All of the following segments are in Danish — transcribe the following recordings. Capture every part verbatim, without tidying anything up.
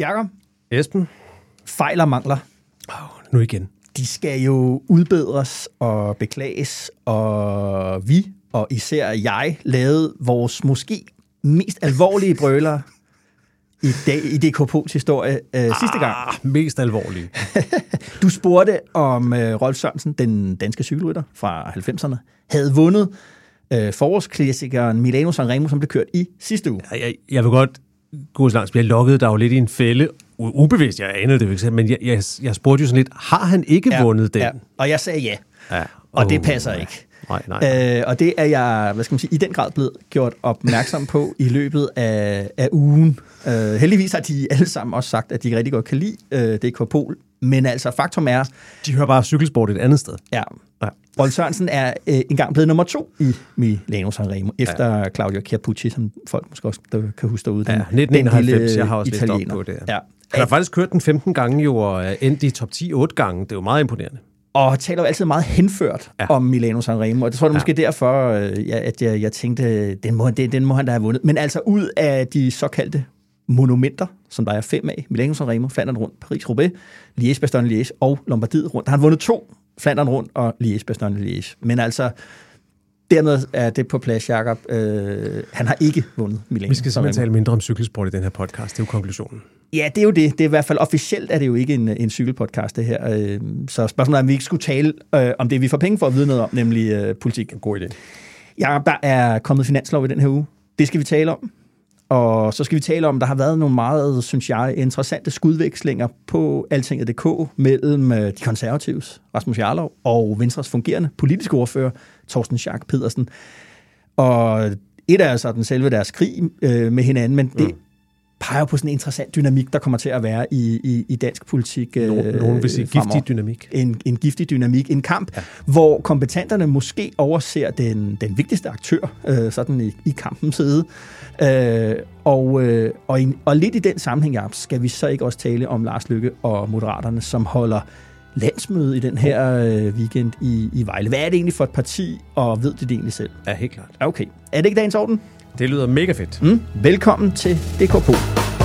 Jakob, Esben, fejl og mangler, oh, nu igen. de skal jo udbedres og beklages, og vi, og især jeg, lavede vores måske mest alvorlige brøler i, dag, i D K P's historie øh, ah, sidste gang. Mest alvorlige. Du spurgte om øh, Rolf Sørensen, den danske cykelrytter fra halvfemserne, havde vundet øh, forårsklassikeren Milano Sanremo, som blev kørt i sidste uge. Jeg, jeg, jeg vil godt gå så langt, jeg lukkede der jo lidt i en fælde, ubevidst, jeg anede det ikke, men jeg, jeg, jeg spurgte jo sådan lidt, har han ikke ja, vundet den? Ja. Og jeg sagde ja, ja. og oh, det passer nej. ikke. Nej, nej. Øh, og det er jeg, hvad skal man sige, i den grad blevet gjort opmærksom på i løbet af, af ugen. Øh, heldigvis har de alle sammen også sagt, at de rigtig godt kan lide øh, D K Pol, men altså faktum er... De hører bare cykelsport et andet sted. Ja. ja. Rolf Sørensen er øh, engang blevet nummer to i Milano Sanremo, efter ja. Claudio Chiappucci, som folk måske også kan huske derude. Den, ja, nitten enoghalvfems, jeg har også læst op på det. Ja. Han har faktisk kørt den femten gange jo, og endt i top ti otte gange. Det er jo meget imponerende. Og taler jo altid meget henført ja. om Milano Sanremo, og det tror jeg ja. måske derfor, at jeg, jeg tænkte, den må, den må han da have vundet. Men altså ud af de såkaldte monumenter, som der er fem af, Milano Sanremo, Flandern rundt, Paris-Roubaix, Liège-Bastogne-Liège og Lombardiet rundt. Han har vundet to, Flandern rundt og Liège-Bastogne-Liège. Men altså, dermed er det på plads, Jakob. Øh, han har ikke vundet Milano. Vi skal simpelthen tale mindre om cykelsport i den her podcast. Det er jo konklusionen. Ja, det er jo det. Det er i hvert fald officielt, er det jo ikke en, en cykelpodcast, det her. Øh, så spørgsmålet er, om vi ikke skulle tale øh, om det, vi får penge for at vide noget om, nemlig øh, politik. God idé. Jakob, der er kommet finanslov i den her uge. Det skal vi tale om. Og så skal vi tale om, der har været nogle meget, synes jeg, interessante skudvekslinger på altinget punktum d k mellem de konservatives, Rasmus Jarlov, og Venstres fungerende politiske ordfører, Torsten Schack Pedersen. Og et er altså den selve deres krig øh, med hinanden, men det mm. peger på sådan en interessant dynamik, der kommer til at være i, i, i dansk politik. Øh, Nogen, nogen vil sige fremover. Giftig dynamik. En, en giftig dynamik. En kamp, ja. hvor kompetenterne måske overser den, den vigtigste aktør, øh, sådan i, i kampens side. Øh, og, øh, og, i, og lidt i den sammenhæng, ja, skal vi så ikke også tale om Lars Løkke og Moderaterne, som holder landsmøde i den her øh, weekend i, i Vejle. Hvad er det egentlig for et parti, og ved de det egentlig selv? Ja, helt klart. Okay. Er det ikke dagens orden? Det lyder mega fedt. Mm. Velkommen til D K Pol.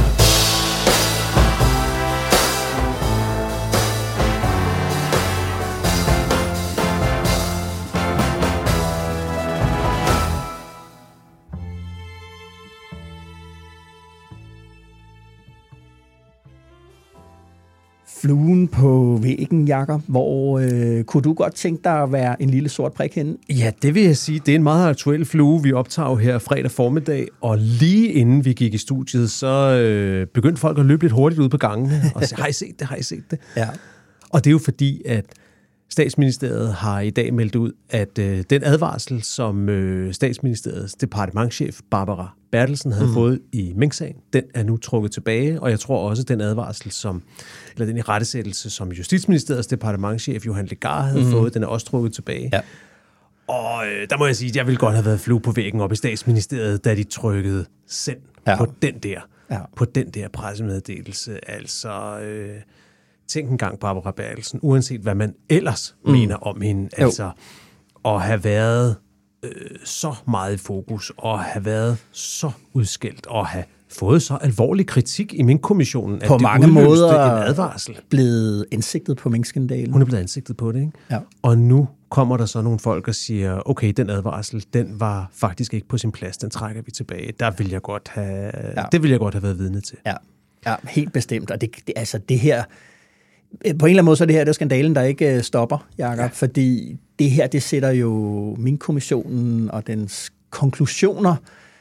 Fluen på væggen, Jakob. Hvor øh, kunne du godt tænke dig at være en lille sort prik henne? Ja, det vil jeg sige. Det er en meget aktuel flue, vi optager her fredag formiddag, og lige inden vi gik i studiet, så øh, begyndte folk at løbe lidt hurtigt ud på gangene og sige, har I set det, har I set det? Ja. Og det er jo fordi, at Statsministeriet har i dag meldt ud, at øh, den advarsel, som øh, Statsministeriets departementschef Barbara Bertelsen havde mm. fået i Mink-sagen, den er nu trukket tilbage, og jeg tror også, den advarsel, som, eller den irettesættelse, som Justitsministeriets departementschef Johan Legar havde mm. fået, den er også trukket tilbage. Ja. Og øh, der må jeg sige, at jeg ville godt have været flue på væggen op i Statsministeriet, da de trykkede send ja. på den der, ja. på den der pressemeddelelse. Altså... Øh, Tænk en gang, Barbara Bertelsen, uanset hvad man ellers mm. mener om hende, jo. altså at have været øh, så meget i fokus, og have været så udskældt, og have fået så alvorlig kritik i Mink-kommissionen, at på det mange måder en advarsel. Blevet indsigtet på Mink-skandalen. Hun er blevet indsigtet på det, ikke? Ja. Og nu kommer der så nogle folk og siger, okay, den advarsel, den var faktisk ikke på sin plads, den trækker vi tilbage. Der vil jeg godt have, ja. det vil jeg godt have været vidne til. Ja, ja helt bestemt. Og det, det, altså det her... På en eller anden måde så er det her det er skandalen, der ikke stopper, Jakob, ja. fordi det her, det sætter jo Mink-kommissionen og dens konklusioner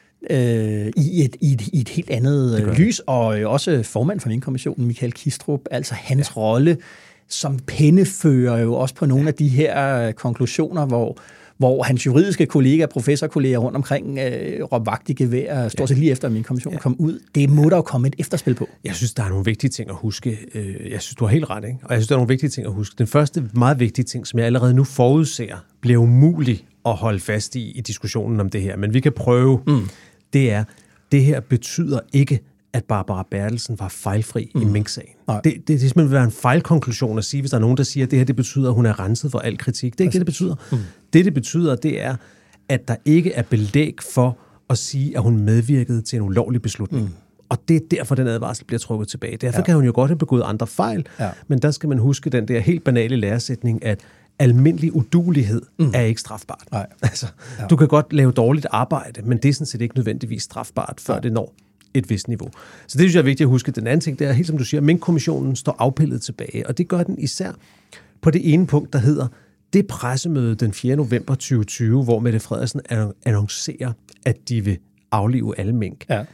øh, i, et, i, et, i et helt andet lys, og også formand for Mink-kommissionen, Michael Kistrup, altså hans ja. rolle som pennefører jo også på nogle ja. af de her konklusioner, hvor hvor hans juridiske kollegaer, professorkolleger rundt omkring øh, råbte vagt i gevær, stort set lige efter, at min kommission ja. kom ud. Det må der jo komme et efterspil på. Jeg synes, der er nogle vigtige ting at huske. Jeg synes, du har helt ret, ikke? Og jeg synes, der er nogle vigtige ting at huske. Den første meget vigtige ting, som jeg allerede nu forudser, bliver umuligt at holde fast i i diskussionen om det her. Men vi kan prøve. Mm. Det er, det her betyder ikke, at Barbara Bertelsen var fejlfri mm. i Mink-sagen. Det, det, det simpelthen vil være en fejlkonklusion at sige, hvis der er nogen, der siger, at det her det betyder, at hun er renset for al kritik. Det er ikke det, det betyder. Mm. Det, det betyder, det er, at der ikke er belæg for at sige, at hun medvirkede til en ulovlig beslutning. Mm. Og det er derfor, den advarsel bliver trukket tilbage. Derfor Ja. kan hun jo godt have begået andre fejl, Ja. men der skal man huske den der helt banale læresætning, at almindelig uduelighed mm. er ikke strafbart. Nej. Altså, Ja. du kan godt lave dårligt arbejde, men det er sådan set ikke nødvendigvis strafbart, før Nej. det når et vist niveau. Så det synes jeg er vigtigt at huske. Den anden ting, det er, helt som du siger, Mink-kommissionen står afpillet tilbage, og det gør den især på det ene punkt, der hedder det pressemøde den fjerde november tyve tyve, hvor Mette Frederiksen annoncerer, at de vil aflive alle mink. Ja.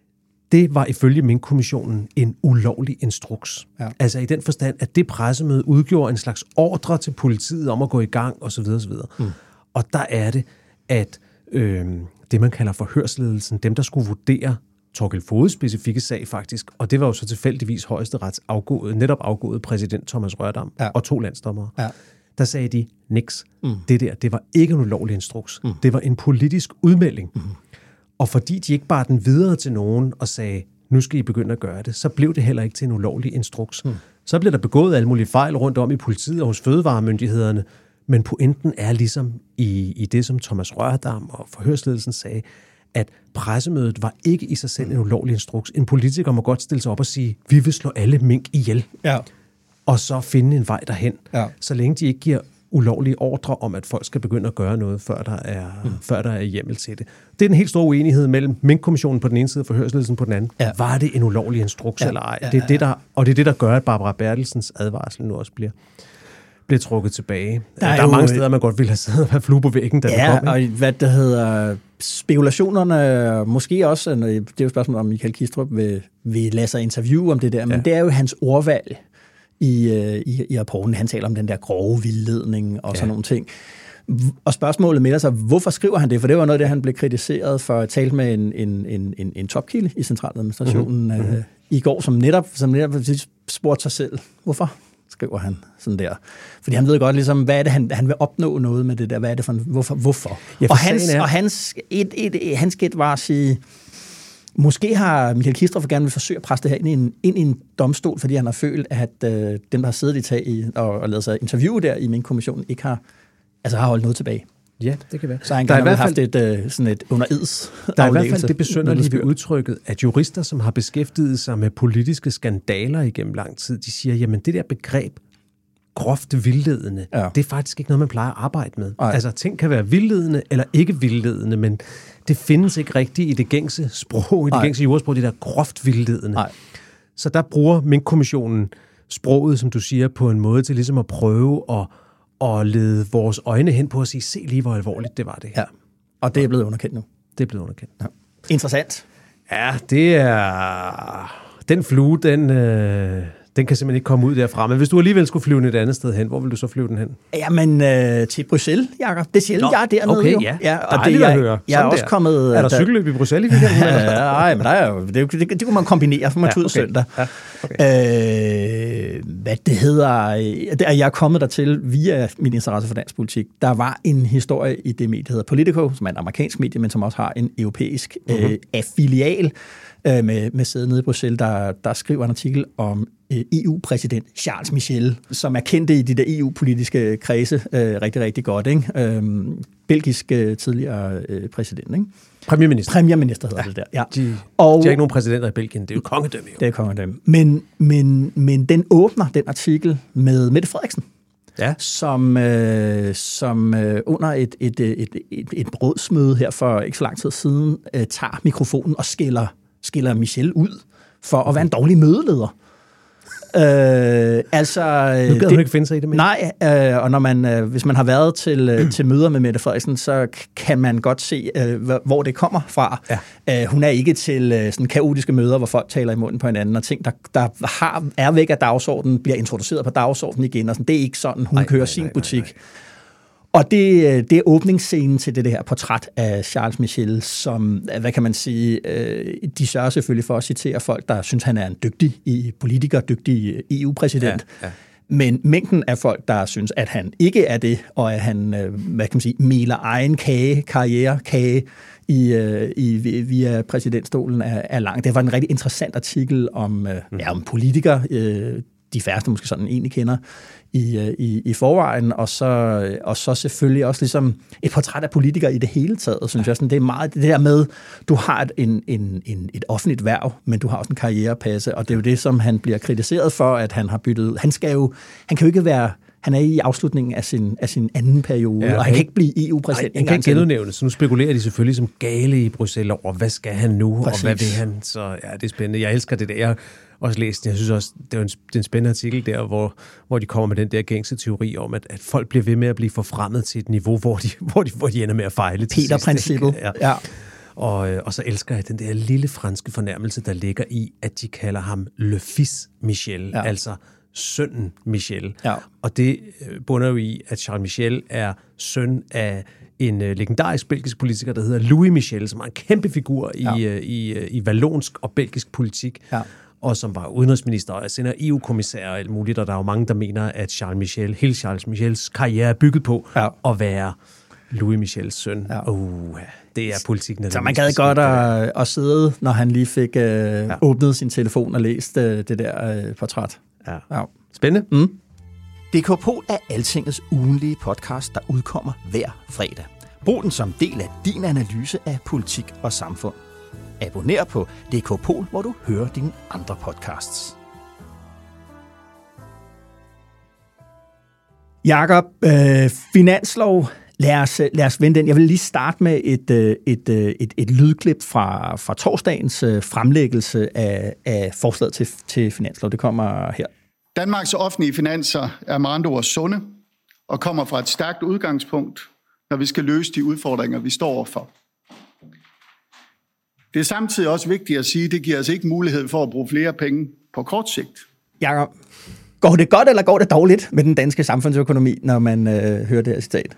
Det var ifølge Mink-kommissionen en ulovlig instruks. Ja. Altså i den forstand, at det pressemøde udgjorde en slags ordre til politiet om at gå i gang, osv. osv. Mm. Og der er det, at øh, det, man kalder forhørsledelsen, dem, der skulle vurdere Thorkild Fodes specifikke sag faktisk, og det var jo så tilfældigvis højesterets afgået, netop afgået præsident Thomas Rørdam Ja. og to landsdommere. Ja. Der sagde de, niks. Mm. Mm. Det der, det var ikke en ulovlig instruks. Mm. Det var en politisk udmelding. Mm. Og fordi de ikke bar den videre til nogen og sagde, nu skal I begynde at gøre det, så blev det heller ikke til en ulovlig instruks. Mm. Så blev der begået alle mulige fejl rundt om i politiet og hos fødevaremyndighederne, men pointen er ligesom i, i det, som Thomas Rørdam og forhørsledelsen sagde, at pressemødet var ikke i sig selv en ulovlig instruks. En politiker må godt stille sig op og sige, vi vil slå alle mink ihjel, Ja. og så finde en vej derhen, Ja. så længe de ikke giver ulovlige ordre om, at folk skal begynde at gøre noget, før der er, mm. før der er hjemmel til det. Det er den helt store uenighed mellem Mink-kommissionen på den ene side og forhørsledelsen på den anden. Ja. Var det en ulovlig instruks Ja. eller ej? Ja, Det er ja, det, der, og det er det, der gør, at Barbara Bertelsens advarsel nu også bliver, bliver trukket tilbage. Der er, der er jo- mange steder, man godt ville have siddet og have flue på væggen, da Ja, det kom. og Ikke? hvad det hedder, spekulationerne, måske også, det er jo et spørgsmål om Michael Kistrup vil, vil lade sig interviewe om det der, men Ja. det er jo hans ordvalg i, øh, i, i rapporten. Han taler om den der grove vildledning og Ja. sådan nogle ting. Og spørgsmålet melder sig, hvorfor skriver han det? For det var noget af det, han blev kritiseret for at tale med en, en, en, en, en topkilde i centraladministrationen mm-hmm. øh, i går, som netop, som netop spurgte sig selv, hvorfor skriver han sådan der? Fordi han ved godt, ligesom, hvad er det, han, han vil opnå noget med det der, hvad er det for en, hvorfor? hvorfor? Ja, for og hans, sagen er- og hans, et, et, et, hans gæt var at sige, måske har Michael Kistrup gerne vil forsøge at presse det her ind i en, ind i en domstol, fordi han har følt, at øh, dem, der har siddet i tag i, og, og lavet sig interviewe der i min kommission, ikke har, altså har holdt noget tilbage. Ja, det kan være. Så han Der er gerne i har hvert haft et, øh, sådan et under eds Der er i hvert fald det besynderlige ved udtrykket, at jurister, som har beskæftiget sig med politiske skandaler igennem lang tid, de siger, jamen det der begreb, groft vildledende, Ja. det er faktisk ikke noget, man plejer at arbejde med. Nej. Altså ting kan være vildledende eller ikke vildledende, men det findes ikke rigtigt i det gængse sprog, i det Nej. gængse jordsprog, det der groft vildledende. Nej. Så der bruger Mink-kommissionen sproget, som du siger, på en måde til ligesom at prøve at, at lede vores øjne hen på at sige, se lige, hvor alvorligt det var det her. Ja, og det er blevet underkendt nu. Det er blevet underkendt. Ja. Interessant. Ja, det er... Den flue, den, øh, den kan simpelthen ikke komme ud derfra. Men hvis du alligevel skulle flyve den et andet sted hen, hvor vil du så flyve den hen? Jamen, øh, til Bruxelles, Jacob. Det er sjældent, jeg er dernede okay, jo. ja. ja og Dejligt det, jeg, at høre. Jeg er Sådan også der. kommet... Er der der- cykelløb i Bruxelles i weekenden? Ja, nej, men der er jo, det, det, det, det kunne man kombinere, så man Ja, ja, ud okay. søndag. Ja, okay. Øh, hvad det hedder, øh, det er jeg er kommet dertil via min interesse for dansk politik. Der var en historie i det medie, der hedder Politico, som er en amerikansk medie, men som også har en europæisk mm-hmm. øh, affilial øh, med, med sæde nede i Bruxelles, der, der skriver en artikel om øh, E U-præsident Charles Michel, som er kendt i de der E U-politiske kredse øh, rigtig, rigtig godt. Ikke? Øh, belgisk øh, tidligere øh, præsident, ikke? Premierminister. Premierminister hedder ja, det der. Ja. De, Og- de har ikke nogen præsidenter i Belgien. Det er jo et kongedømme. Jo. Det er kongedømme. Men, men, men den åbner, den artikel, med Mette Frederiksen, Ja. som, øh, som øh, under et, et, et, et, et rådsmøde her for ikke så lang tid siden, øh, tager mikrofonen og skiller, skiller Michel ud for at være en dårlig mødeleder. Øh, altså, Nu gad hun ikke finde sig i det, men... Nej, øh, og når man, øh, hvis man har været til, øh, til møder med Mette Frederiksen, så k- kan man godt se, øh, hvor det kommer fra. Ja. Øh, hun er ikke til øh, sådan kaotiske møder, hvor folk taler i munden på hinanden, og ting, der, der har, er væk af dagsordenen, bliver introduceret på dagsordenen igen. Og sådan. Det er ikke sådan, hun Nej, kører nej, sin nej, nej, butik. nej. Og det, det er åbningsscenen til det, det her portræt af Charles Michel, som, hvad kan man sige, øh, de sørger selvfølgelig for at citere folk, der synes, han er en dygtig politiker, dygtig E U-præsident. Ja, ja. Men mængden af folk, der synes, at han ikke er det, og at han, øh, hvad kan man sige, meler egen kage, karrierekage i, øh, i, via præsidentstolen, er, er lang. Det var en rigtig interessant artikel om, øh, ja, om politikere, øh, de færreste måske sådan egentlig kender i, i, i forvejen, og så, og så selvfølgelig også ligesom et portræt af politikere i det hele taget, synes jeg. Sådan, det er meget det der med, du har et, en, en, en, et offentligt værv, men du har også en karrierepasse, og det er jo det, som han bliver kritiseret for, at han har byttet. Han skal jo, han kan jo ikke være Han er i afslutningen af sin, af sin anden periode, ja, og han kan ikke blive E U-præsident. Han kan ikke genudnævnes, så nu spekulerer de selvfølgelig som gale i Bruxelles over, hvad skal han nu, Præcis. og hvad vil han? Så ja, det er spændende. Jeg elsker det der. Jeg har også læst, jeg synes også, det er en, det er en spændende artikel der, hvor, hvor de kommer med den der gængse teori om, at, at folk bliver ved med at blive forfremmet til et niveau, hvor de, hvor de, hvor de ender med at fejle. Peter-princippet. Ja. ja. Og, og så elsker jeg den der lille franske fornærmelse, der ligger i, at de kalder ham Le Fils Michel, ja. altså sønnen Michel. Ja. Og det bunder jo i, at Charles Michel er søn af en uh, legendarisk belgisk politiker, der hedder Louis Michel, som er en kæmpe figur i, ja. uh, i, uh, i vallonsk og belgisk politik, ja. og som var udenrigsminister og sender E U-kommissær og alt muligt, og der er jo mange, der mener, at Charles Michel, hele Charles Michels karriere er bygget på ja. at være Louis Michels søn. Ja. Uh, det er politikken. Så man gad godt at, at sidde, når han lige fik uh, ja. åbnet sin telefon og læst uh, det der uh, portræt. Ja. Ja. Spændende. Mm. D K Pol er Altingets ugenlige podcast, der udkommer hver fredag. Brug den som del af din analyse af politik og samfund. Abonner på D K Pol, hvor du hører dine andre podcasts. Jakob, øh, finanslov. Lad os, lad os vende den. Jeg vil lige starte med et, et, et, et lydklip fra, fra torsdagens fremlæggelse af, af forslaget til, til finanslov. Det kommer her. Danmarks offentlige finanser er med andre ord sunde og kommer fra et stærkt udgangspunkt, når vi skal løse de udfordringer, vi står overfor. Det er samtidig også vigtigt at sige, at det giver os ikke mulighed for at bruge flere penge på kort sigt. Jakob, går det godt eller går det dårligt med den danske samfundsøkonomi, når man øh, hører det her citat?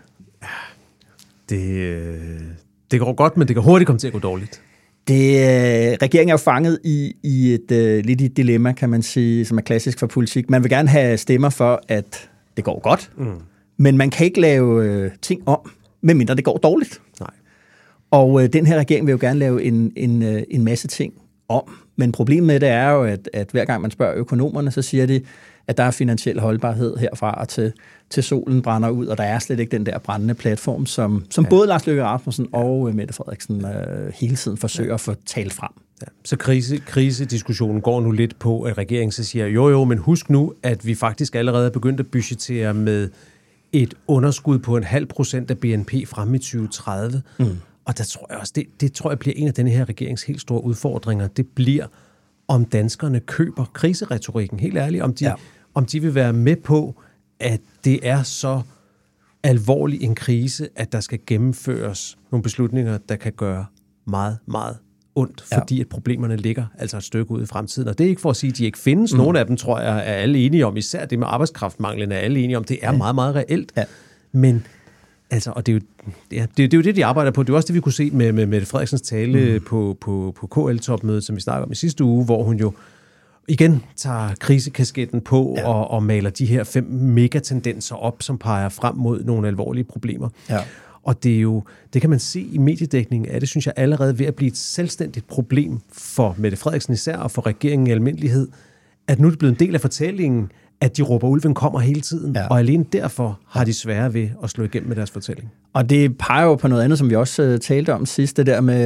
Det, det går godt, men det kan hurtigt komme til at gå dårligt. Det, øh, regeringen er jo fanget i, i et øh, lidt et dilemma, kan man sige, som er klassisk for politik. Man vil gerne have stemmer for, at det går godt, mm. men man kan ikke lave øh, ting om, medmindre det går dårligt. Nej. Og øh, den her regering vil jo gerne lave en, en, øh, en masse ting om. Men problemet med det er jo, at, at hver gang man spørger økonomerne, så siger de, at der er finansiel holdbarhed herfra og til, til solen brænder ud, og der er slet ikke den der brændende platform, som, som ja. både Lars Løkke Rasmussen og Mette Frederiksen øh, hele tiden forsøger ja. at få talt frem. Ja. Så krise, krisediskussionen går nu lidt på, at regeringen så siger, jo jo, men husk nu, at vi faktisk allerede er begyndt at budgettere med et underskud på en halv procent af B N P frem i tyve tredive. Mm. Og der tror jeg også, det, det tror jeg bliver en af denne her regerings helt store udfordringer. Det bliver, om danskerne køber kriseretorikken. Helt ærligt, om de, ja. om de vil være med på, at det er så alvorlig en krise, at der skal gennemføres nogle beslutninger, der kan gøre meget, meget ondt, fordi ja. at problemerne ligger altså et stykke ud i fremtiden. Og det er ikke for at sige, at de ikke findes. Mm. Nogle af dem, tror jeg, er alle enige om. Især det med arbejdskraftmanglen er alle enige om. Det er ja. meget, meget reelt. Ja. Men altså, og det er, jo, ja, det, det er jo det, de arbejder på. Det er også det, vi kunne se med, med Mette Frederiksens tale mm. på, på, på K L-topmødet, som vi snakkede om i sidste uge, hvor hun jo igen tager krisekasketten på ja. og, og maler de her fem megatendenser op, som peger frem mod nogle alvorlige problemer. Ja. Og det er jo, det kan man se i mediedækningen af det, synes jeg allerede ved at blive et selvstændigt problem for Mette Frederiksen især, og for regeringen i almindelighed, at nu er det blevet en del af fortællingen, at de råber, ulven kommer hele tiden, ja. og alene derfor har de svære ved at slå igennem med deres fortælling. Og det peger jo på noget andet, som vi også uh, talte om sidst, det der med,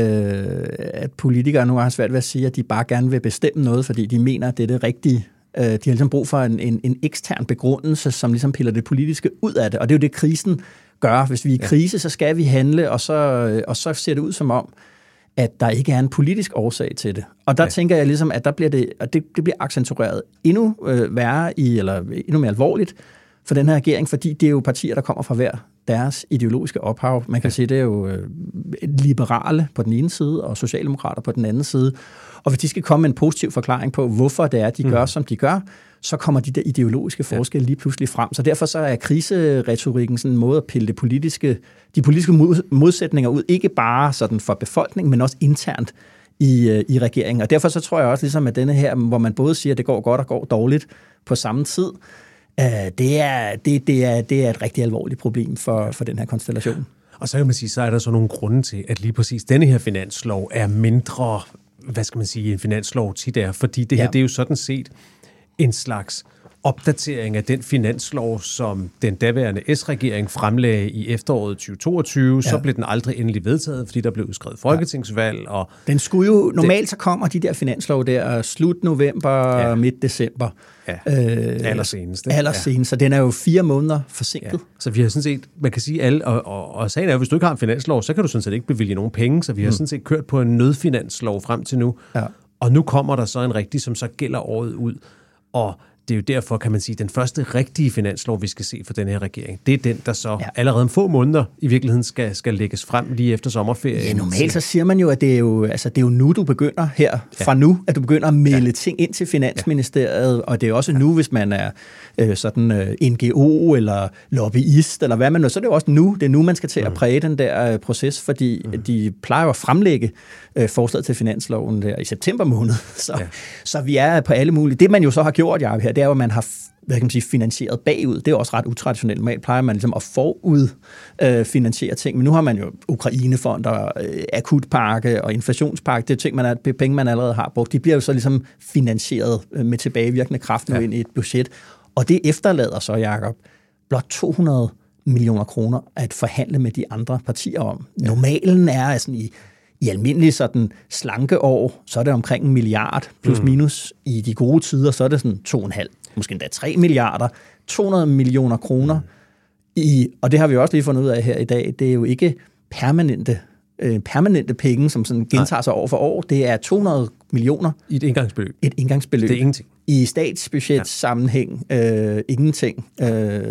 at politikere nu har svært ved at sige, at de bare gerne vil bestemme noget, fordi de mener, at det er det rigtige. Uh, de har ligesom brug for en, en, en ekstern begrundelse, som ligesom piller det politiske ud af det, og det er jo det, krisen gør. Hvis vi er i krise, så skal vi handle, og så, og så ser det ud som om, at der ikke er en politisk årsag til det. Og der ja. tænker jeg ligesom, at der bliver det, at det, det bliver accentueret endnu øh, værre i, eller endnu mere alvorligt for den her regering, fordi det er jo partier, der kommer fra hver deres ideologiske ophav. Man kan ja. sige, det er jo øh, liberale på den ene side, og socialdemokrater på den anden side. Og hvis de skal komme med en positiv forklaring på, hvorfor det er, de mm. gør, som de gør, så kommer de der ideologiske forskelle ja. lige pludselig frem. Så derfor så er kriseretorikken sådan en måde at pille det politiske, de politiske modsætninger ud, ikke bare sådan for befolkningen, men også internt i, i regeringen. Og derfor så tror jeg også, ligesom at denne her, hvor man både siger, at det går godt og går dårligt på samme tid, det er, det, det er, det er et rigtig alvorligt problem for, for den her konstellation. Og så kan man sige, så er der så nogle grunde til, at lige præcis denne her finanslov er mindre, hvad skal man sige, en finanslov tit er, fordi det her, ja. det er jo sådan set en slags opdatering af den finanslov, som den daværende S-regering fremlagde i efteråret tyve toogtyve. Ja. Så blev den aldrig endelig vedtaget, fordi der blev udskrevet folketingsvalg. Og den skulle jo, normalt så kommer de der finanslov der slut november, ja. midt december. Ja, øh, allersenest. Allersenest, ja. Så den er jo fire måneder forsinket. Ja. Så vi har sådan set, man kan sige alle, og, og, og sagen er jo, hvis du ikke har en finanslov, så kan du sådan set ikke bevilge nogen penge, så vi har mm. sådan set kørt på en nødfinanslov frem til nu. Ja. Og nu kommer der så en rigtig, som så gælder året ud, og det er jo derfor, kan man sige, den første rigtige finanslov, vi skal se for den her regering, det er den, der så ja. allerede om få måneder i virkeligheden skal, skal lægges frem lige efter sommerferien. Ja, normalt så siger man jo, at det er jo, altså, det er jo nu, du begynder her, ja. fra nu, at du begynder at melde ja. ting ind til Finansministeriet, ja. og det er også ja. nu, hvis man er øh, sådan øh, N G O eller lobbyist, eller hvad man nu, så er det jo også nu, det er nu, man skal til at præge den der øh, proces, fordi mm. de plejer jo at fremlægge øh, forslaget til finansloven der i september måned, så, ja. så vi er på alle mulige. Det man jo så har gjort, Jacob, her, det er jo, at man har hvad kan man sige, finansieret bagud. Det er også ret utraditionelt. Normalt plejer man ligesom at forud øh, finansiere ting, men nu har man jo Ukrainefonder, øh, akutpakke og inflationspakke. Det er ting, man er, penge, man allerede har brugt. De bliver jo så ligesom finansieret øh, med tilbagevirkende kraft nu ja. ind i et budget. Og det efterlader så, Jacob, blot to hundrede millioner kroner at forhandle med de andre partier om. Ja. Normalen er altså i I almindelige sådan slanke år, så er det omkring en milliard plus minus. Mm. I de gode tider, så er det sådan to og en halv, måske endda tre milliarder, to hundrede millioner kroner. Mm. I, og det har vi også lige fundet ud af her i dag, det er jo ikke permanente, øh, permanente penge, som sådan gentager sig år for år. Det er to hundrede millioner. I et indgangsbeløb. Et indgangsbeløb. Det er ingenting. I statsbudgets sammenhæng, øh, ingenting. Øh,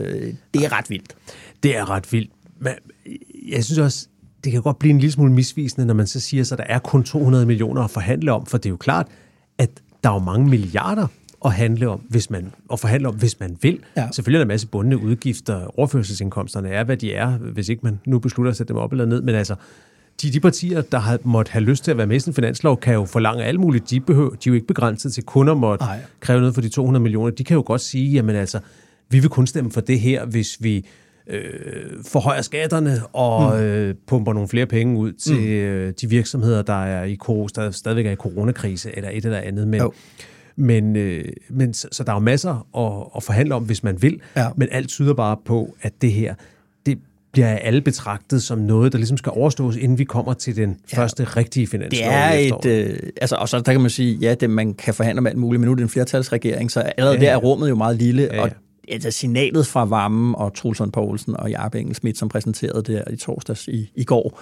det er ret vildt. Det er ret vildt. Men jeg synes også, det kan godt blive en lille smule misvisende, når man så siger, at der er kun to hundrede millioner at forhandle om, for det er jo klart, at der er jo mange milliarder at handle om, hvis man, at forhandle om, hvis man vil. Ja. Selvfølgelig er der en masse bundne udgifter. Overførselsindkomsterne er, hvad de er, hvis ikke man nu beslutter at sætte dem op eller ned. Men altså, de, de partier, der har måtte have lyst til at være med i sådan en finanslov, kan jo forlange alt muligt. De, behøver, de er jo ikke begrænset til kun at måtte Ej. kræve noget for de to hundrede millioner. De kan jo godt sige, jamen altså, vi vil kun stemme for det her, hvis vi Øh, forhøjer skatterne og mm. øh, pumper nogle flere penge ud til mm. øh, de virksomheder, der er i der stadigvæk er i coronakrise eller et eller andet. Men, oh. men, øh, men så, så der er jo masser at, at forhandle om, hvis man vil. Ja. Men alt tyder bare på, at det her, det bliver alle betragtet som noget, der ligesom skal overstås, inden vi kommer til den ja. første rigtige finanslov. Det er et, øh, altså, og så der kan man sige, ja, det, man kan forhandle om alt muligt, men nu er det en flertalsregering, så allerede ja, ja. der er rummet jo meget lille, ja, ja. og altså signalet fra Vammen og Troels Lund Poulsen og Jakob Engel-Schmidt, som præsenterede det i torsdags i, i går,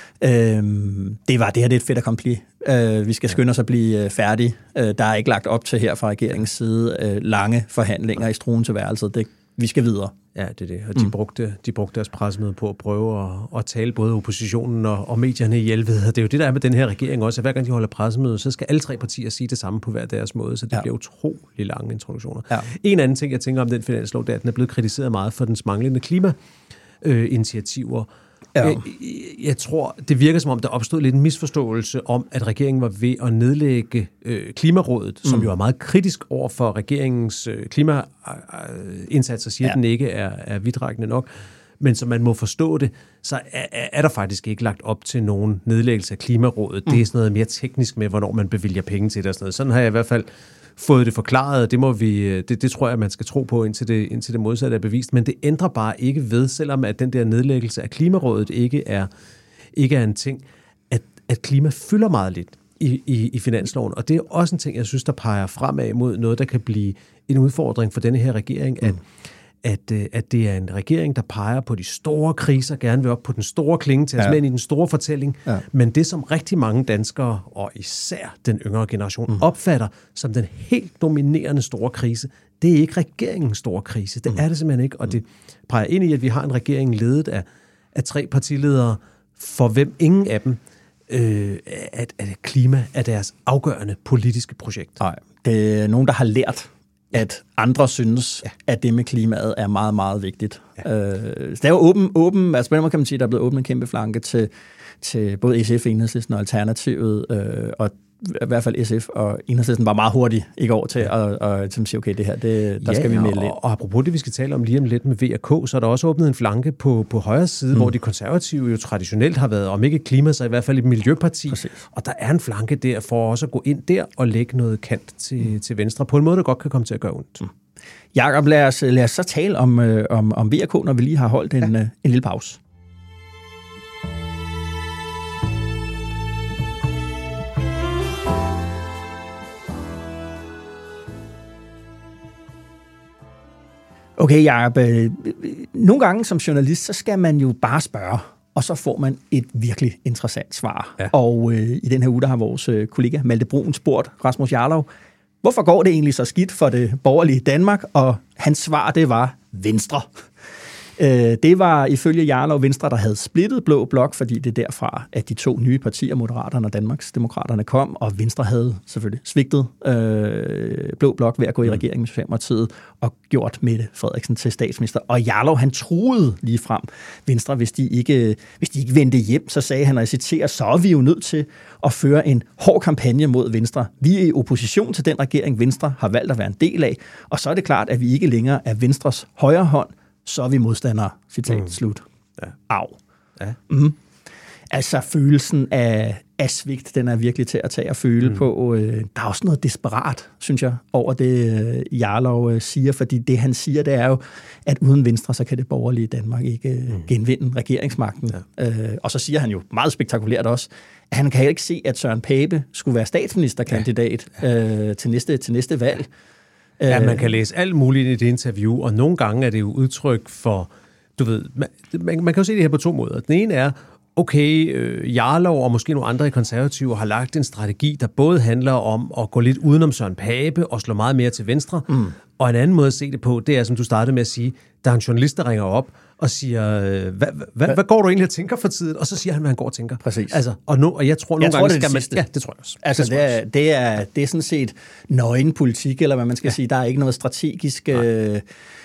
øhm, det var det her, det er et fedt accompli. Øh, vi skal skynde os at blive færdige. Øh, der er ikke lagt op til her fra regeringens side øh, lange forhandlinger i struen til værelset. Det, vi skal videre. Ja, det er det. Og de, mm. brugte, de brugte deres pressemøde på at prøve at, at tale både oppositionen og, og medierne ihjel ved. Det er jo det, der er med den her regering også. At hver gang de holder pressemøde, så skal alle tre partier sige det samme på hver deres måde, så det ja. bliver utrolig lange introduktioner. Ja. En anden ting, jeg tænker om den finanslov, det er, at den er blevet kritiseret meget for dens manglende klimainitiativer. Øh, Ja. Jeg, jeg tror, det virker som om, der opstod lidt en misforståelse om, at regeringen var ved at nedlægge øh, Klimarådet, som mm. jo er meget kritisk over for regeringens øh, klimaindsats og siger, ja. at den ikke er, er vidtrækkende nok. Men som man må forstå det, så er, er der faktisk ikke lagt op til nogen nedlæggelse af Klimarådet. Mm. Det er sådan noget mere teknisk med, hvornår man bevilger penge til det og sådan noget. Sådan har jeg i hvert fald fået det forklaret, det må vi, det, det tror jeg, man skal tro på, indtil det, indtil det modsatte er bevist. Men det ændrer bare ikke ved, selvom at den der nedlæggelse af Klimarådet ikke er, ikke er en ting, at, at klima fylder meget lidt i, i, i finansloven. Og det er også en ting, jeg synes, der peger fremad mod noget, der kan blive en udfordring for denne her regering, at, mm. at, at det er en regering, der peger på de store kriser, gerne vil op på den store klinge, til at ja. med ind i den store fortælling. Ja. Men det, som rigtig mange danskere, og især den yngre generation, mm. opfatter som den helt dominerende store krise, det er ikke regeringens store krise. Det mm. er det simpelthen ikke. Og det peger ind i, at vi har en regering ledet af, af tre partiledere, for hvem ingen af dem, øh, at, at klima er deres afgørende politiske projekt. Nej, det er nogen, der har lært, at andre synes, ja. at det med klimaet er meget, meget vigtigt. Ja. Øh, så det er jo åben, åben, altså på den måde kan man sige, at der er blevet åbnet en kæmpe flanke til, til både S F, Enhedslisten og Alternativet, øh, og i hvert fald S F og Enhedslisten var meget hurtige i går til ja. at, at, at sige, okay, det her, det, der ja, skal vi melde ind. Og, og apropos det, vi skal tale om lige om lidt med V og K, så er der også åbnet en flanke på, på højre side, mm. hvor de konservative jo traditionelt har været, om ikke klima, så i hvert fald et miljøparti. Præcis. Og der er en flanke der for også at gå ind der og lægge noget kant til, mm. til venstre, på en måde, der godt kan komme til at gøre ondt. Mm. Jakob, lad os, lad os så tale om, øh, om, om V og K, når vi lige har holdt en, ja. øh, en lille pause. Okay, Jacob, øh, nogle gange som journalist, så skal man jo bare spørge, og så får man et virkelig interessant svar. Ja. Og øh, i den her uge, der har vores øh, kollega Malte Bruun spurgt Rasmus Jarlov, hvorfor går det egentlig så skidt for det borgerlige Danmark? Og hans svar, det var Venstre. Øh, det var ifølge Jarlov Venstre, der havde splittet Blå Blok, fordi det er derfra, at de to nye partier, Moderaterne og Danmarksdemokraterne, kom, og Venstre havde selvfølgelig svigtet øh, Blå Blok ved at gå i regering med Socialdemokratiet og gjort Mette Frederiksen til statsminister. Og Jarlov, han truede lige frem Venstre, hvis de ikke, hvis de ikke vendte hjem, så sagde han, og jeg citerer, så er vi jo nødt til at føre en hård kampagne mod Venstre. Vi er i opposition til den regering, Venstre har valgt at være en del af, og så er det klart, at vi ikke længere er Venstres højre hånd, så er vi modstandere. Citat mm. slut. Ja. Au. Ja. Mm. Altså følelsen af, af svigt, den er virkelig til at tage og føle mm. på. Der er også noget desperat, synes jeg, over det Jarlov siger, fordi det han siger, det er jo, at uden Venstre, så kan det borgerlige Danmark ikke mm. genvinde regeringsmagten. Ja. Og så siger han jo meget spektakulært også, at han kan ikke se, at Søren Pape skulle være statsministerkandidat ja. øh, til, næste, til næste valg. Ja, man kan læse alt muligt i det interview, og nogle gange er det jo udtryk for, du ved, man, man, man kan jo se det her på to måder. Den ene er, okay, øh, Jarlov og måske nogle andre i Konservative har lagt en strategi, der både handler om at gå lidt udenom Søren Pape og slå meget mere til venstre, mm. og en anden måde at se det på, det er, som du startede med at sige, der er en journalist, der ringer op og siger, hvad, hvad, hvad, hvad går du egentlig og tænker for tiden? Og så siger han, hvad han går og tænker. Præcis. Altså, og, nu, og jeg tror, nogle jeg gange tror, det skal man... Sidste. Ja, det tror jeg også. Altså, det, det, er, det, er, det er sådan set nøgen politik, eller hvad man skal ja. sige. Der er ikke noget strategisk øh,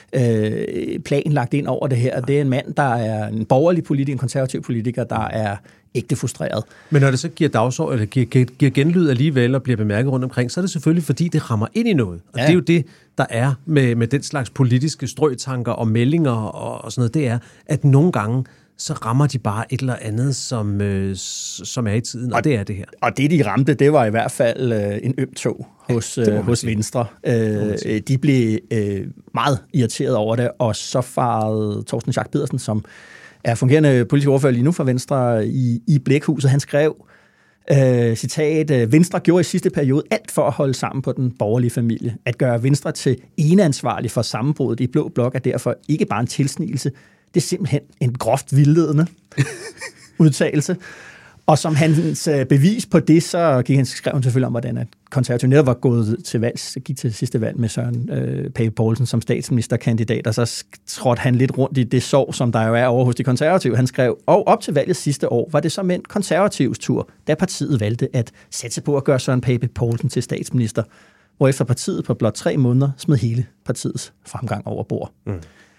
øh, plan lagt ind over det her. Nej. Det er en mand, der er en borgerlig politiker, en konservativ politiker, der er ægte frustreret. Men når det så giver dagsord, eller giver, giver genlyd alligevel og bliver bemærket rundt omkring, så er det selvfølgelig, fordi det rammer ind i noget. Og ja. det er jo det, der er med, med den slags politiske strøtanker og meldinger og, og sådan noget, det er, at nogle gange, så rammer de bare et eller andet, som, øh, som er i tiden, og, og det er det her. Og det, de ramte, det var i hvert fald øh, en øm tog hos, ja, øh, hos Venstre. Øh, de blev øh, meget irriteret over det, og så farede Torsten Schack Pedersen, som er fungerende politisk ordfører lige nu for Venstre i, i Blækhuset. Han skrev, øh, citat, Venstre gjorde i sidste periode alt for at holde sammen på den borgerlige familie. At gøre Venstre til eneansvarlig for sammenbruddet i Blå Blok er derfor ikke bare en tilsnigelse. Det er simpelthen en groft vildledende udtalelse. Og som hans bevis på det, så gik han skrev han selvfølgelig om, hvordan at konservativ netop var gået til valg, gik til sidste valg med Søren øh, Pape Poulsen som statsministerkandidat, og så trådte han lidt rundt i det sorg, som der jo er over hos de konservative. Han skrev, og op til valget sidste år var det så med en konservativs tur, da partiet valgte at satse på at gøre Søren Pape Poulsen til statsminister, hvorefter partiet på blot tre måneder smed hele partiets fremgang over bord. Mm.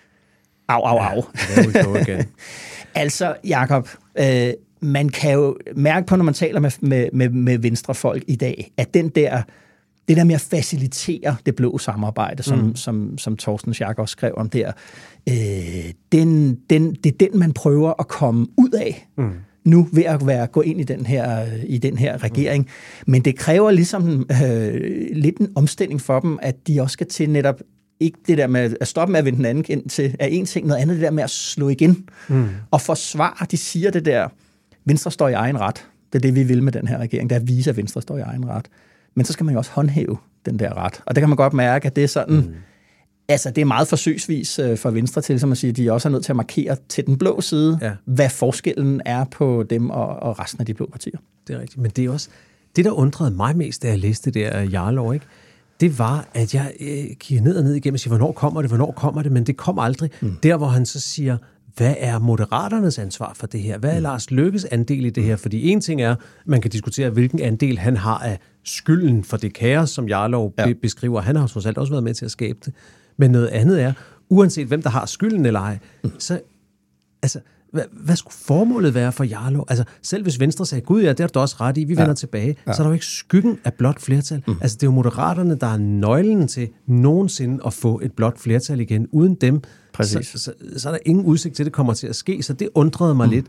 Au, au, au. Ja, altså, Jakob, øh, man kan jo mærke på, når man taler med, med, med, med venstrefolk i dag, at den der, det der med at facilitere det blå samarbejde, som, mm. som, som Torsten Schack også skrev om der, øh, den, den, det er den, man prøver at komme ud af mm. nu ved at være, gå ind i den her, i den her regering. Mm. Men det kræver ligesom øh, lidt en omstilling for dem, at de også skal til netop ikke det der med at stoppe med at vende den anden ind til, er en ting, noget andet det der med at slå igen mm. og forsvare. De siger det der, Venstre står i egen ret. Det er det, vi vil med den her regering, det er at vise, at Venstre står i egen ret. Men så skal man jo også håndhæve den der ret. Og det kan man godt mærke, at det er sådan, mm. altså det er meget forsøgsvis for Venstre til, som at sige, at de også er nødt til at markere til den blå side, ja. hvad forskellen er på dem og, og resten af de blå partier. Det er rigtigt, men det er også, det der undrede mig mest, da jeg læste det der Jarlov, ikke? Det var, at jeg øh, kiggede ned og ned igennem og siger, hvornår kommer det, hvornår kommer det, men det kom aldrig. Mm. Der, hvor han så siger, hvad er Moderaternes ansvar for det her? Hvad er mm. Lars Løkkes andel i det her? Fordi en ting er, man kan diskutere, hvilken andel han har af skylden for det kaos, som Jarlov ja. be- beskriver. Han har trods alt også været med til at skabe det. Men noget andet er, uanset hvem der har skylden eller ej, mm. så altså, hvad, hvad skulle formålet være for Jarlov? Altså, selv hvis Venstre sagde, gud ja, det har du også ret i, vi vender ja. tilbage, ja. så er der jo ikke skyggen af blot flertal. Mm. Altså, det er jo Moderaterne, der er nøglen til nogensinde at få et blot flertal igen. Uden dem, så, så, så er der ingen udsigt til, at det kommer til at ske. Så det undrede mig mm. lidt,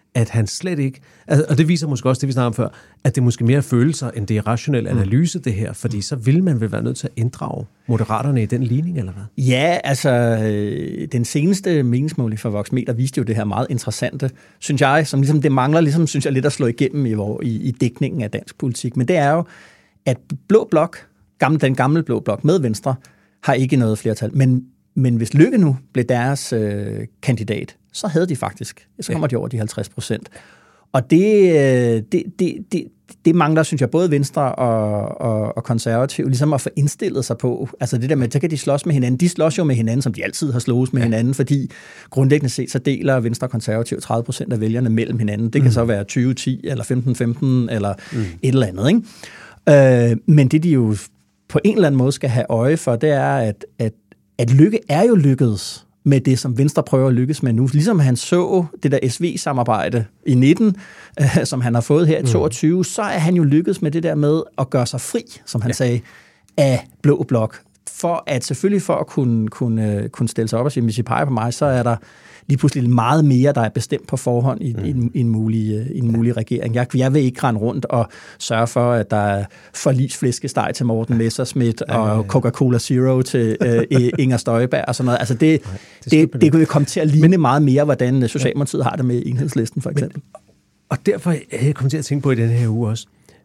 at han slet ikke, altså, og det viser måske også det, vi snakkede om før, at det er måske mere følelser, end det er rationel analyse, det her, fordi så vil man vel være nødt til at inddrage Moderaterne i den ligning, eller hvad? Ja, altså, øh, den seneste meningsmåling for Voxmeter viste jo det her meget interessante, synes jeg, som ligesom det mangler, ligesom synes jeg lidt at slå igennem i, hvor, i, i dækningen af dansk politik, men det er jo, at Blå Blok, gamle, den gamle Blå Blok med Venstre, har ikke noget flertal, men, men hvis Løkke nu blev deres øh, kandidat, så havde de faktisk, så kommer de over de halvtreds procent. Og det, det, det, det, det mangler, synes jeg, både Venstre og, og, og Konservative, ligesom at få indstillet sig på. Altså det der med, så kan de slås med hinanden. De slås jo med hinanden, som de altid har slået med ja. hinanden, fordi grundlæggende set, så deler Venstre og Konservative tredive procent af vælgerne mellem hinanden. Det kan mm. så være tyve ti eller femten femten eller mm. et eller andet, ikke? Øh, men det, de jo på en eller anden måde skal have øje for, det er, at, at, at Løkke er jo lykkedes med det, som Venstre prøver at lykkes med nu. Ligesom han så det der S V-samarbejde i nitten, øh, som han har fået her i toogtyve, mm. så er han jo lykkedes med det der med at gøre sig fri, som han ja. sagde, af Blå Blok. For at selvfølgelig for at kunne, kunne, kunne stille sig op og sige, hvis I peger på mig, så er der lige pludselig meget mere, der er bestemt på forhånd i, mm. i, en, i en mulig, i en mulig regering. Jeg, jeg vil ikke rende rundt og sørge for, at der er forlisflæskesteg til Morten Messerschmidt ja, ja, ja. og Coca-Cola Zero til uh, Inger Støjberg og sådan noget. Altså det, Nej, det, det, det kunne komme til at ligne Men, meget mere, hvordan Socialdemokratiet har det med Enhedslisten for eksempel. Men, og derfor er jeg kommet til at tænke på i den her uge også.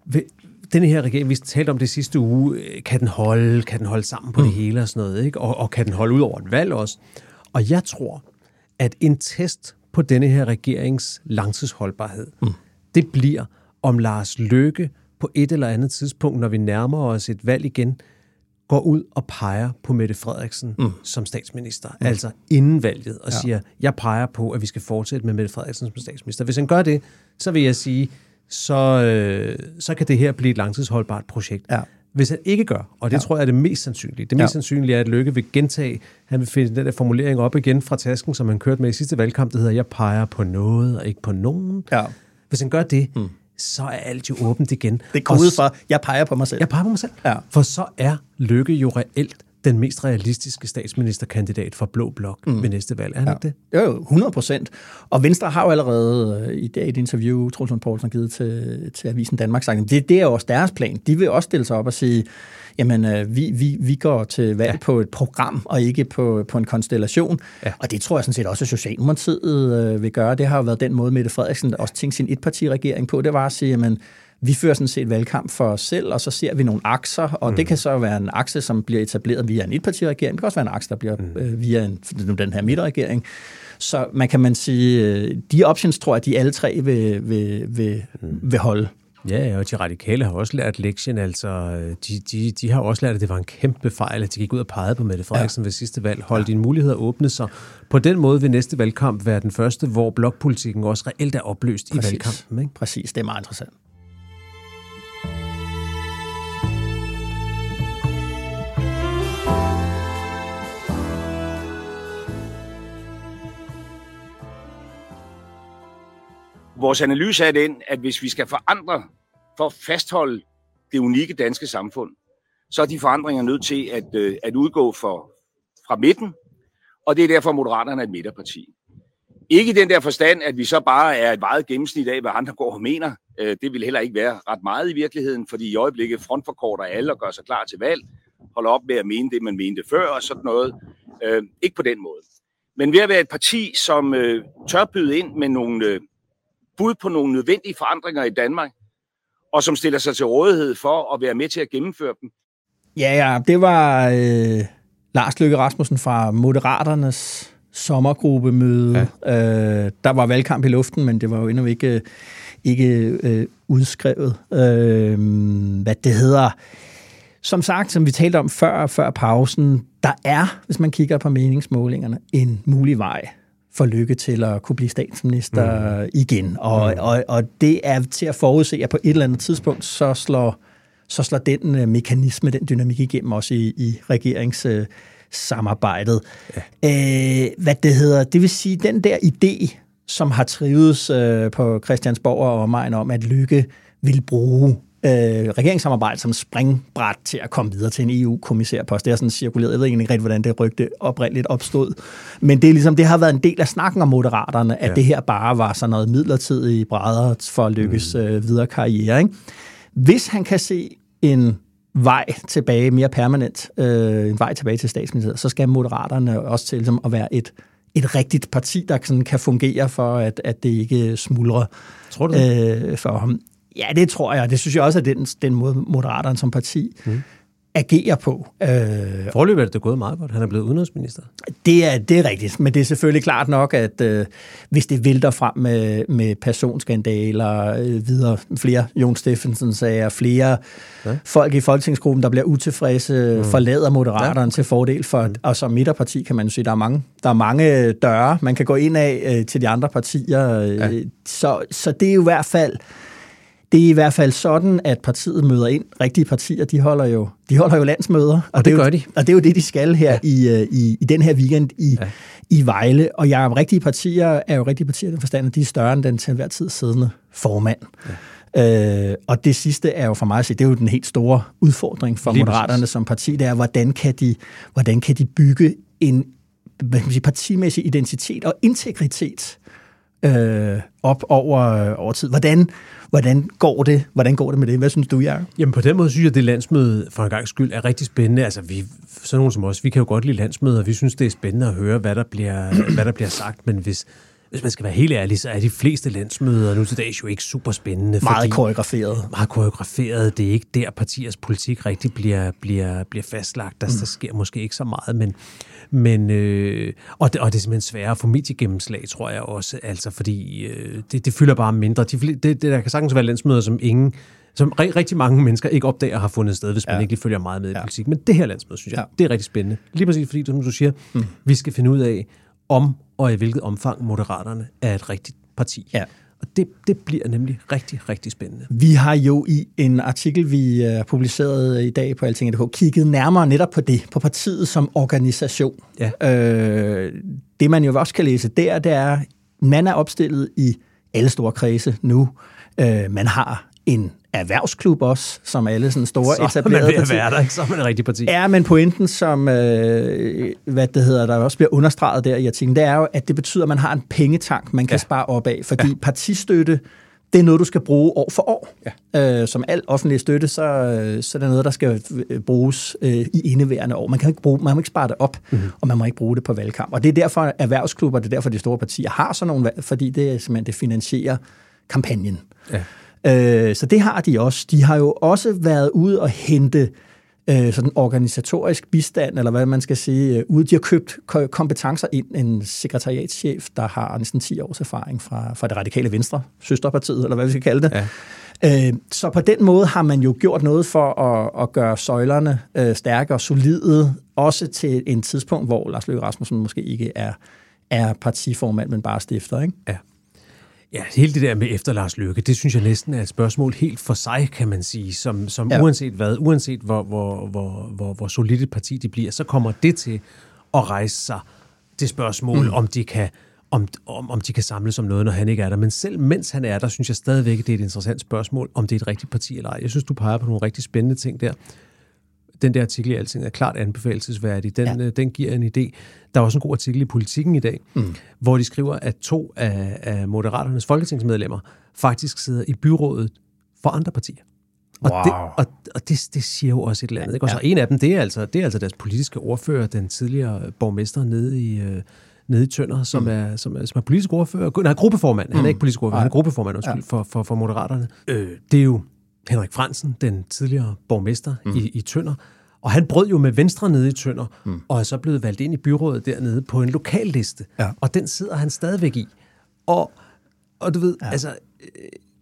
Denne her regering, vi talte om det sidste uge, kan den holde, kan den holde sammen på mm. det hele og sådan noget, ikke? Og, og kan den holde ud over et valg også. Og jeg tror, at en test på denne her regerings langtidsholdbarhed, mm. det bliver, om Lars Løkke på et eller andet tidspunkt, når vi nærmer os et valg igen, går ud og peger på Mette Frederiksen mm. som statsminister. Mm. Altså inden valget, og ja. siger, jeg peger på, at vi skal fortsætte med Mette Frederiksen som statsminister. Hvis han gør det, så vil jeg sige, så, øh, så kan det her blive et langtidsholdbart projekt. Ja. Hvis han ikke gør, og det ja. tror jeg er det mest sandsynlige, det mest ja. sandsynlige er, at Løkke vil gentage, han vil finde den der formulering op igen fra tasken, som han kørte med i sidste valgkamp, det hedder, jeg peger på noget og ikke på nogen. Ja. Hvis han gør det, mm. så er alt jo åbent igen. Det er kodet for, jeg peger på mig selv. Jeg peger på mig selv. Ja. For så er Løkke jo reelt den mest realistiske statsministerkandidat for Blå Blok mm. ved næste valg. Er han ja. ikke det? Det er jo hundrede procent. Og Venstre har jo allerede i dag et interview, Troels Lund Poulsen har givet til, til Avisen Danmark, sagt, det, det er jo også deres plan. De vil også stille sig op og sige, jamen, vi, vi, vi går til valg ja. på et program, og ikke på, på en konstellation. Ja. Og det tror jeg sådan set også, at Socialdemokratiet øh, vil gøre. Det har jo været den måde, Mette Frederiksen også tænkte sin etpartiregering på. Det var at sige, jamen, vi fører sådan set valgkamp for os selv, og så ser vi nogle akser, og mm. det kan så være en akse, som bliver etableret via en etpartiregering. Det kan også være en akse, der bliver mm. øh, via en, den her midterregering. Så man kan man sige, de options tror jeg, de alle tre vil, vil, vil, mm. vil holde. Ja, og de radikale har også lært lektien, altså de, de, de har også lært, at det var en kæmpe fejl, at de gik ud og pegede på Mette Frederiksen ja. ved sidste valg. Hold ja. dine muligheder åbne, så på den måde vil næste valgkamp være den første, hvor blokpolitikken også reelt er opløst Præcis. i valgkampen. Ikke? Præcis, det er meget interessant. Vores analyse er den, at hvis vi skal forandre for at fastholde det unikke danske samfund, så er de forandringer nødt til at, at udgå for, fra midten, og det er derfor, Moderaterne er et midterparti. Ikke i den der forstand, at vi så bare er et vejet gennemsnit af, hvad andre går og mener. Det vil heller ikke være ret meget i virkeligheden, fordi i øjeblikket frontforkorter alle og gør sig klar til valg, holder op med at mene det, man mente før og sådan noget. Ikke på den måde. Men ved at være et parti, som tør byde ind med nogle bud på nogle nødvendige forandringer i Danmark, og som stiller sig til rådighed for at være med til at gennemføre dem. Ja, ja, det var øh, Lars Løkke Rasmussen fra Moderaternes sommergruppemøde. Ja. Øh, der var valgkamp i luften, men det var jo endnu ikke, ikke øh, udskrevet. Øh, hvad det hedder. Som sagt, som vi talte om før, før pausen, der er, hvis man kigger på meningsmålingerne, en mulig vej for Løkke til at kunne blive statsminister mm. igen. Og, mm. og, og det er til at forudse, at på et eller andet tidspunkt, så slår, så slår den uh, mekanisme, den dynamik igennem også i, i regeringssamarbejdet. Uh, ja. uh, hvad det hedder, det vil sige, den der idé, som har trives uh, på Christiansborg og omegn om, at Løkke vil bruge øh, regeringssamarbejde som springbræt til at komme videre til en E U-kommissærpost. Det er sådan cirkuleret. Jeg ved ikke rigtig, hvordan det rygte oprindeligt opstod. Men det, er ligesom, det har været en del af snakken om Moderaterne, at ja. det her bare var sådan noget midlertidige brædder for at lykkes mm. øh, videre karriere. Ikke? Hvis han kan se en vej tilbage, mere permanent, øh, en vej tilbage til statsministeriet, så skal Moderaterne også til ligesom, at være et, et rigtigt parti, der sådan, kan fungere for, at, at det ikke smuldrer. Tror du det? Øh, for ham. Ja, det tror jeg. Det synes jeg også, at den, den måde Moderaterne som parti mm. agerer på. Øh, Foreløbig er det gået meget godt. Han er blevet udenrigsminister. Det er, det er rigtigt, men det er selvfølgelig klart nok, at øh, hvis det vælter frem med, med personskandaler, øh, videre flere Jon Steffensen-sager, flere ja. folk i folketingsgruppen, der bliver utilfredse, mm. forlader Moderaterne ja, okay. til fordel for, mm. og som midterparti kan man sige, der er mange, der er mange døre, man kan gå ind af øh, til de andre partier. Øh, ja. så, så det er jo i hvert fald Det er i hvert fald sådan, at partiet møder ind. Rigtige partier, de holder jo, de holder jo landsmøder. Og, og det, det gør jo, de. Og det er jo det, de skal her ja. i, i, i den her weekend i, ja. i Vejle. Og ja, rigtige partier er jo rigtige partier i den forstand, at de er større end den til enhver tid siddende formand. Ja. Øh, og det sidste er jo for mig at sige, det er jo den helt store udfordring for Lige Moderaterne præcis. som parti, det er, hvordan kan de, hvordan kan de bygge en hvad kan man sige, partimæssig identitet og integritet øh, op over, over tid. Hvordan Hvordan går det? Hvordan går det med det? Hvad synes du, Jacob? Jamen på den måde synes jeg, at det landsmøde for en gang skyld er rigtig spændende. Altså vi, sådan nogen som os, vi kan jo godt lide landsmøder, og vi synes, det er spændende at høre, hvad der bliver, hvad der bliver sagt. Men hvis, hvis man skal være helt ærlig, så er de fleste landsmøder nu til dags jo ikke super spændende. Meget fordi, koreograferet. Meget koreograferet. Det er ikke der, partiers politik rigtig bliver, bliver, bliver fastlagt. Der, mm. der sker måske ikke så meget, men Men, øh, og, det, og det er simpelthen sværere at få mediegennemslag, tror jeg også, altså, fordi øh, det, det fylder bare mindre. De, det, det, der kan sagtens være landsmøder, som ingen, som rigtig mange mennesker ikke opdager har fundet sted, hvis man ja. ikke lige følger meget med i ja. politik. Men det her landsmøde, synes jeg, ja. det er rigtig spændende. Lige præcis fordi, som du siger, mm. vi skal finde ud af, om og i hvilket omfang Moderaterne er et rigtigt parti. Ja. Og det, det bliver nemlig rigtig, rigtig spændende. Vi har jo i en artikel, vi har punktet i dag på altinget punktum d k, kigget nærmere netop på det, på partiet som organisation. Ja. Øh, det man jo også kan læse der, det er, man er opstillet i alle store kredse nu. Øh, man har en erhvervsklub også, som alle sådan store så etablerede partier. Så er man ved at være der, så er man et rigtigt parti. Ja, men pointen, som øh, hvad det hedder, der også bliver understreget der i artiklen, det er jo, at det betyder, at man har en pengetank, man kan ja. spare op af, fordi ja. partistøtte, det er noget, du skal bruge år for år. Ja. Øh, som al offentlig støtte, så, så er det noget, der skal bruges øh, i indeværende år. Man kan ikke bruge, man må ikke spare det op, mm-hmm. og man må ikke bruge det på valgkamp. Og det er derfor erhvervsklubber, det er derfor de store partier har sådan nogle, fordi det simpelthen det finansierer kampagnen. Ja. Så det har de også. De har jo også været ude og hente øh, sådan organisatorisk bistand, eller hvad man skal sige, ude. De har købt kompetencer ind. En sekretariatschef, der har næsten ti års erfaring fra, fra det radikale Venstre, søsterpartiet, eller hvad vi skal kalde det. Ja. Øh, så på den måde har man jo gjort noget for at, at gøre søjlerne øh, stærke og solide, også til en tidspunkt, hvor Lars Løkke Rasmussen måske ikke er, er partiformand, men bare stifter, ikke? Ja. Ja, hele det der med efter Lars Løkke, det synes jeg næsten er et spørgsmål helt for sig, kan man sige, som, som ja. uanset hvad, uanset hvor, hvor, hvor, hvor, hvor solidt et parti de bliver, så kommer det til at rejse sig det spørgsmål, mm. om, de kan, om, om, om de kan samles om noget, når han ikke er der. Men selv mens han er der, synes jeg stadigvæk, det er et interessant spørgsmål, om det er et rigtigt parti eller ej. Jeg synes, du peger på nogle rigtig spændende ting der. Den der artikel i Alting er klart anbefalelsesværdig. Den, ja. den giver en idé. Der er også en god artikel i Politikken i dag, mm. hvor de skriver, at to af, af Moderaternes folketingsmedlemmer faktisk sidder i byrådet for andre partier. Og, wow. det, og, og det, det siger jo også et eller andet. Ikke? Og så ja. en af dem, det er, altså, det er altså deres politiske ordfører, den tidligere borgmester nede i, øh, nede i Tønder, som, mm. er, som, er, som er politisk ordfører. Nej, gruppeformand. Mm. Han er ikke politisk ordfører, han er gruppeformand undskyld, ja. for, for, for Moderaterne. Øh, det er jo Henrik Frandsen, den tidligere borgmester mm. i, i Tønder, og han brød jo med Venstre nede i Tønder, mm. og er så blevet valgt ind i byrådet dernede på en lokalliste, ja. og den sidder han stadigvæk i. Og, og du ved, ja. altså, øh,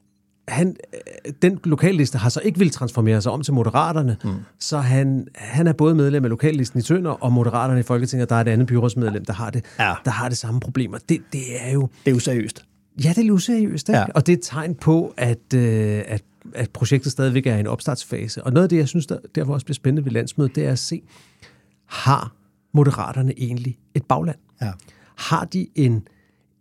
han, øh, den lokalliste har så ikke vil transformere sig om til Moderaterne, mm. så han, han er både medlem af lokallisten i Tønder, og Moderaterne i Folketinget, der er et andet byrådsmedlem, der har det, ja. der har det samme problemer. Det, det er jo... Det er useriøst. Ja, det er useriøst, ikke? Ja. Og det er et tegn på, at, øh, at at projektet stadigvæk er i en opstartsfase. Og noget af det, jeg synes, der derfor også bliver spændende ved landsmødet, det er at se, har Moderaterne egentlig et bagland? Ja. Har de en,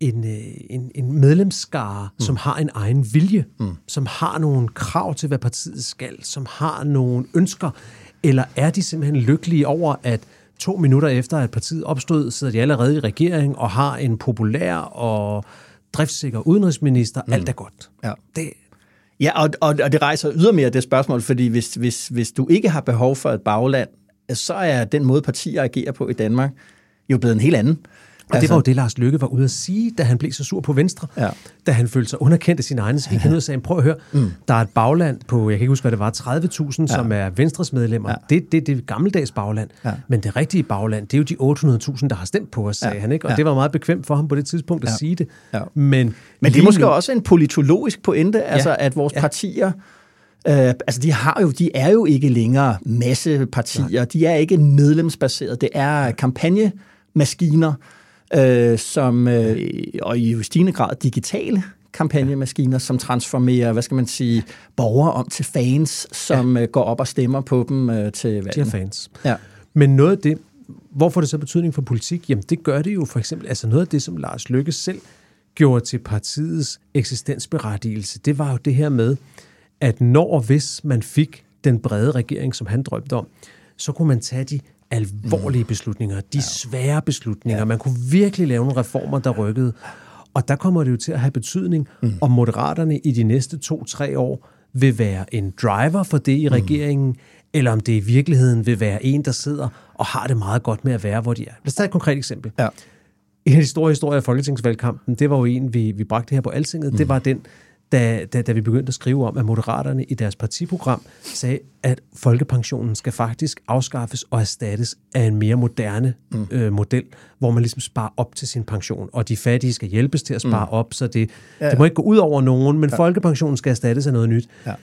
en, en, en medlemsskare, mm. som har en egen vilje, mm. som har nogle krav til, hvad partiet skal, som har nogle ønsker, eller er de simpelthen lykkelige over, at to minutter efter, at partiet opstod, sidder de allerede i regering og har en populær og driftssikker udenrigsminister. Mm. Alt er godt. Ja. Det, ja, og, og, og det rejser ydermere det spørgsmål, fordi hvis, hvis, hvis du ikke har behov for et bagland, så er den måde, partier agerer på i Danmark jo blevet en helt anden. Og altså, det var jo det, Lars Løkke var ude at sige, da han blev så sur på Venstre, ja. da han følte sig underkendt af sine egne, så gik han ud og sagde, prøv at høre, mm. der er et bagland på, jeg kan ikke huske, hvad det var, tredive tusind, ja. som er Venstres medlemmer. Ja. Det, det, det er det gammeldags bagland. Ja. Men det rigtige bagland, det er jo de otte hundrede tusind, der har stemt på os, sagde ja. han. Ikke? Og ja. det var meget bekvemt for ham på det tidspunkt at ja. sige det. Ja. Men, Men det er måske nu også en politologisk pointe, altså ja. at vores ja. partier... Uh, altså de har jo, de er jo ikke længere massepartier, Nej. de er ikke medlemsbaseret, det er kampagnemaskiner, uh, som, uh, og i stigende grad digitale kampagnemaskiner, som transformerer, hvad skal man sige, borgere om til fans, som ja. uh, går op og stemmer på dem uh, til valgene. De er fans. Ja. Men noget af det, hvor får det så betydning for politik? Jamen det gør det jo for eksempel, altså noget af det, som Lars Løkke selv gjorde til partiets eksistensberettigelse, det var jo det her med, at når og hvis man fik den brede regering, som han drømte om, så kunne man tage de alvorlige beslutninger, de ja. svære beslutninger. Ja. Man kunne virkelig lave nogle reformer, der rykkede. Og der kommer det jo til at have betydning, mm. om Moderaterne i de næste to-tre år vil være en driver for det i regeringen, mm. eller om det i virkeligheden vil være en, der sidder og har det meget godt med at være, hvor de er. Lad os tage et konkret eksempel. Ja. En af de store historier af Folketingsvalgkampen, det var jo en, vi, vi bragte her på Altinget, mm. det var den, Da, da, da vi begyndte at skrive om, at Moderaterne i deres partiprogram sagde, at folkepensionen skal faktisk afskaffes og erstattes af en mere moderne mm. øh, model, hvor man ligesom sparer op til sin pension, og de fattige skal hjælpes til at spare mm. op, så det, ja, ja. det må ikke gå ud over nogen, men ja. folkepensionen skal erstattes af noget nyt. Ja.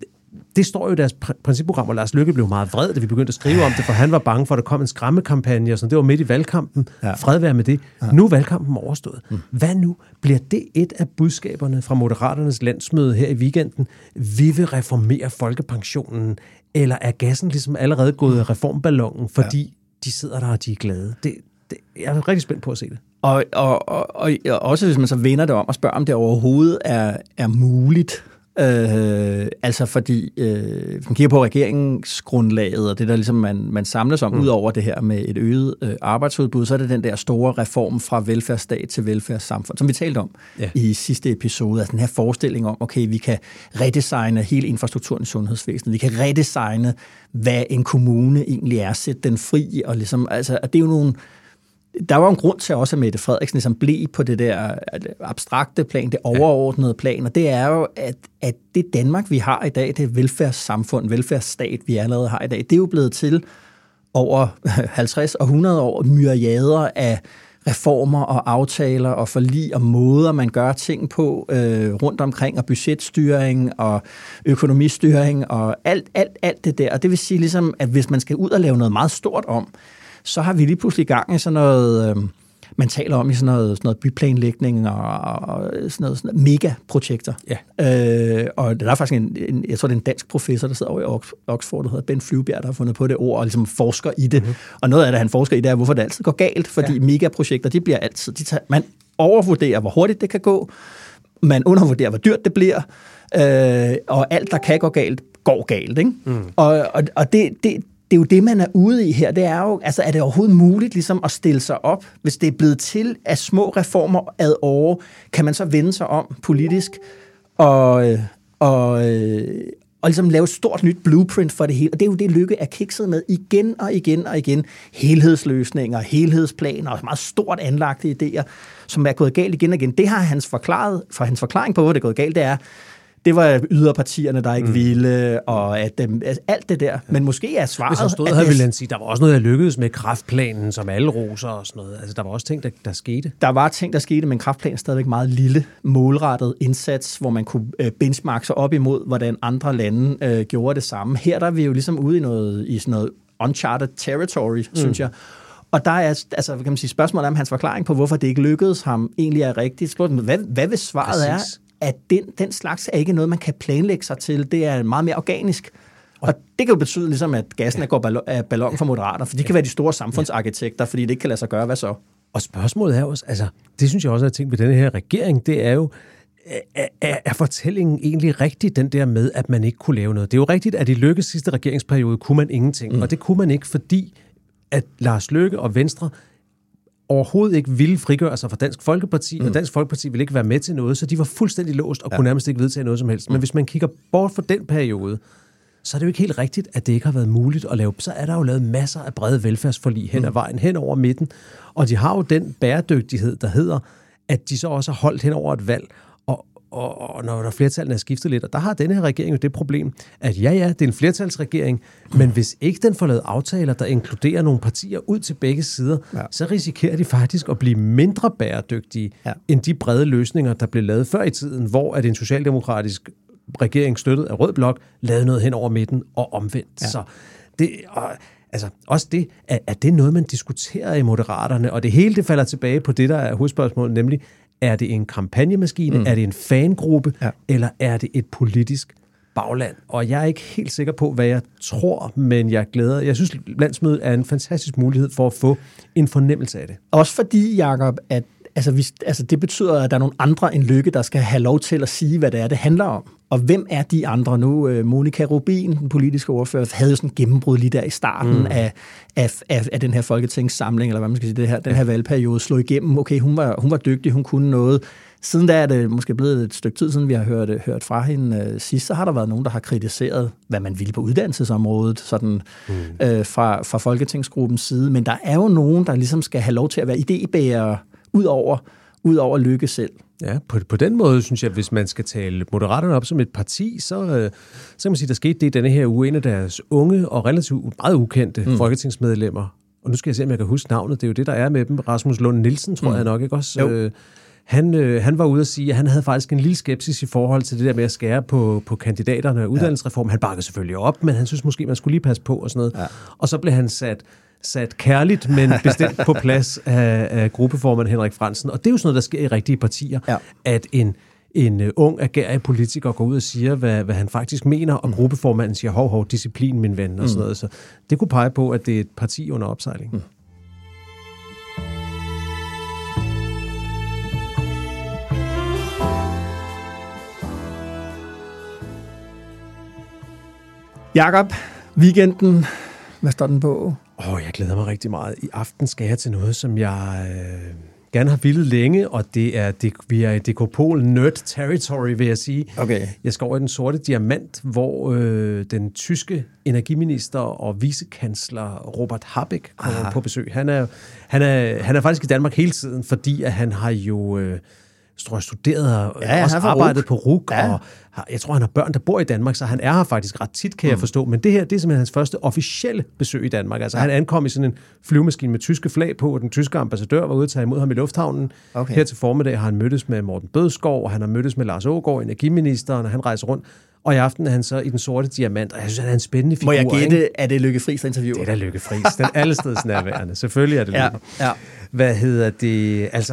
Det står jo i deres pr- principprogram, og Lars Løkke blev meget vred, da vi begyndte at skrive om det, for han var bange for, at der kom en skræmmekampagne, og sådan. Det var midt i valgkampen. Ja. Fred være med det. Ja. Nu er valgkampen overstået. Mm. Hvad nu? Bliver det et af budskaberne fra Moderaternes landsmøde her i weekenden? Vi vil reformere folkepensionen, eller er gassen ligesom allerede gået af reformballonen, fordi ja. de sidder der, og de er glade? Det, det, jeg er rigtig spændt på at se det. Og, og, og, og, og også hvis man så vender det om og spørger, om det overhovedet er, er muligt. Øh, altså fordi, øh, hvis man kigger på regeringsgrundlaget, og det der ligesom man, man samles om, mm. ud over det her med et øget øh, arbejdsudbud, så er det den der store reform fra velfærdsstat til velfærdssamfund, som vi talte om ja. i sidste episode. Altså den her forestilling om, okay, vi kan redesigne hele infrastrukturen i sundhedsvæsenet, vi kan redesigne, hvad en kommune egentlig er, sætte den fri, og ligesom, altså, og det er jo nogle... Der var en grund til også, at Mette Frederiksen ligesom blev på det der abstrakte plan, det overordnede plan, og det er jo, at, at det Danmark, vi har i dag, det velfærdssamfund, velfærdsstat, vi allerede har i dag, det er jo blevet til over halvtreds og hundrede år myriader af reformer og aftaler og forlig og måder, man gør ting på øh, rundt omkring, og budgetstyring og økonomistyring og alt, alt, alt det der. Og det vil sige ligesom, at hvis man skal ud og lave noget meget stort om, så har vi lige pludselig gang i sådan noget, øh, man taler om i sådan noget, sådan noget byplanlægning og, og sådan noget, sådan noget megaprojekter. Ja. Øh, og der er faktisk en, en, jeg tror det er en dansk professor, der sidder over i Oxford, der hedder Ben Flyvbjerg, der har fundet på det ord og ligesom forsker i det. Mm-hmm. Og noget af det, han forsker i, det er, hvorfor det altid går galt, fordi ja. megaprojekter, de bliver altid, de tager, man overvurderer, hvor hurtigt det kan gå, man undervurderer, hvor dyrt det bliver, øh, og alt, der kan gå galt, går galt. Ikke? Mm. Og, og, og det, det Det er jo det, man er ude i her. Det er jo, altså, er det overhovedet muligt ligesom at stille sig op, hvis det er blevet til af små reformer ad åre, kan man så vende sig om politisk og, og, og ligesom lave et stort nyt blueprint for det hele. Og det er jo det, Løkke er kikset med igen og igen og igen. Helhedsløsninger, helhedsplaner og meget stort anlagte idéer, som er gået galt igen og igen. Det har hans forklaret, for hans forklaring på, hvor det er gået galt, det er, det var yderpartierne, der ikke mm. ville, og at, at alt det der. Men måske er svaret... Hvis han stod her, ville han sige, der var også noget, der lykkedes med kræftplanen, som alle roser og sådan noget. Altså, der var også ting, der, der skete. Der var ting, der skete, men kræftplanen er stadigvæk meget lille, målrettet indsats, hvor man kunne øh, benchmarke sig op imod, hvordan andre lande øh, gjorde det samme. Her der er vi jo ligesom ude i, noget, i sådan noget uncharted territory, mm. synes jeg. Og der er, altså, kan man sige, spørgsmålet om hans forklaring på, hvorfor det ikke lykkedes ham, egentlig er rigtigt. Hvad, hvad hvis svaret Præcis. er, at den, den slags er ikke noget, man kan planlægge sig til. Det er meget mere organisk. Og det kan jo betyde, ligesom, at gassen ja. går ballon, af ballon for moderater, for de kan være de store samfundsarkitekter, fordi det ikke kan lade sig gøre. Hvad så? Og spørgsmålet er også, altså, det synes jeg også, at jeg tænkt ved denne her regering, det er jo, er, er, er fortællingen egentlig rigtig den der med, at man ikke kunne lave noget? Det er jo rigtigt, at i Løkkes sidste regeringsperiode kunne man ingenting, mm. og det kunne man ikke, fordi at Lars Løkke og Venstre overhovedet ikke ville frigøre sig fra Dansk Folkeparti, mm. og Dansk Folkeparti ville ikke være med til noget, så de var fuldstændig låst og ja. kunne nærmest ikke vedtage noget som helst. Men mm. hvis man kigger bort fra den periode, så er det jo ikke helt rigtigt, at det ikke har været muligt at lave. Så er der jo lavet masser af brede velfærdsforlig hen ad vejen, hen over midten, og de har jo den bæredygtighed, der hedder, at de så også har holdt hen over et valg, og, og, og når der flertallet er skiftet lidt, og der har denne her regering jo det problem, at ja, ja, det er en flertalsregering, men hvis ikke den får lavet aftaler, der inkluderer nogle partier ud til begge sider, ja. så risikerer de faktisk at blive mindre bæredygtige, ja. end de brede løsninger, der blev lavet før i tiden, hvor at en socialdemokratisk regering støttet af Rød Blok lavede noget hen over midten og omvendt. Ja. Så det, og, altså, også det, er, er det noget, man diskuterer i Moderaterne, og det hele det falder tilbage på det, der er hovedspørgsmålet, nemlig, er det en kampagnemaskine, mm. er det en fangruppe, ja. eller er det et politisk bagland? Og jeg er ikke helt sikker på, hvad jeg tror, men jeg glæder. Jeg synes, landsmødet er en fantastisk mulighed for at få en fornemmelse af det. Også fordi, Jacob, at Altså, hvis, altså det betyder, at der er nogle andre end Løkke, der skal have lov til at sige, hvad det er, det handler om. Og hvem er de andre nu? Monika Rubin, den politiske ordfører, havde sådan en gennembrud lige der i starten mm. af, af, af, af den her folketingssamling, eller hvad man skal sige, det her, den her valgperiode, slog igennem. Okay, hun var, hun var dygtig, hun kunne noget. Siden da er det måske blevet et stykke tid siden, vi har hørt, hørt fra hende uh, sidst, så har der været nogen, der har kritiseret, hvad man ville på uddannelsesområdet, sådan mm. øh, fra, fra folketingsgruppens side. Men der er jo nogen, der ligesom skal have lov til at være idébærere, Udover, udover Løkke selv. Ja, på, på den måde synes jeg, at hvis man skal tale Moderaterne op som et parti, så, øh, så kan man sige, at der skete det i denne her uge, en af deres unge og relativt meget ukendte mm. folketingsmedlemmer. Og nu skal jeg se, om jeg kan huske navnet. Det er jo det, der er med dem. Rasmus Lund Nielsen, tror mm. jeg nok, ikke også? Øh, han, øh, han var ude at sige, at han havde faktisk en lille skepsis i forhold til det der med at skære på, på kandidaterne og uddannelsesreformen. Han bakkede selvfølgelig op, men han synes måske, man skulle lige passe på og sådan noget. Ja. Og så blev han sat sat kærligt, men bestemt på plads af, af gruppeformand Henrik Frandsen. Og det er jo sådan noget, der sker i rigtige partier, ja. at en, en uh, ung, agerig politiker går ud og siger, hvad, hvad han faktisk mener, og mm. gruppeformanden siger, hov, hov, disciplin, min ven, og mm. sådan noget. Så det kunne pege på, at det er et parti under opsejling. Mm. Jakob, weekenden, hvad står den på? Åh, oh, jeg glæder mig rigtig meget. I aften skal jeg til noget, som jeg øh, gerne har villet længe, og det er, det, vi er i Dekopol nerd territory, vil jeg sige. Okay. Jeg skal over i den sorte diamant, hvor øh, den tyske energiminister og vicekansler Robert Habeck kommer Aha. på besøg. Han er, han, er, han er faktisk i Danmark hele tiden, fordi at han har jo Øh, studeret og ja, også arbejdet på R U C, ja. og har, jeg tror, han har børn, der bor i Danmark, så han er her faktisk ret tit, kan mm. jeg forstå. Men det her, det er simpelthen hans første officielle besøg i Danmark. Altså, ja. han ankom i sådan en flyvemaskine med tyske flag på, og den tyske ambassadør var ude at tage imod ham i lufthavnen. Okay. Her til formiddag har han mødtes med Morten Bødskov, og han har mødtes med Lars Aagaard, energiministeren, og han rejser rundt. Og i aften er han så i den sorte diamant, og jeg synes, han er en spændende figur. Må jeg gætte, er det Lykke Friis, der interviewer? Det er da Lykke Friis. Den allesteds nærværende. Selvfølgelig er det Lykke. Ja. Ja. Hvad hedder det? Altså,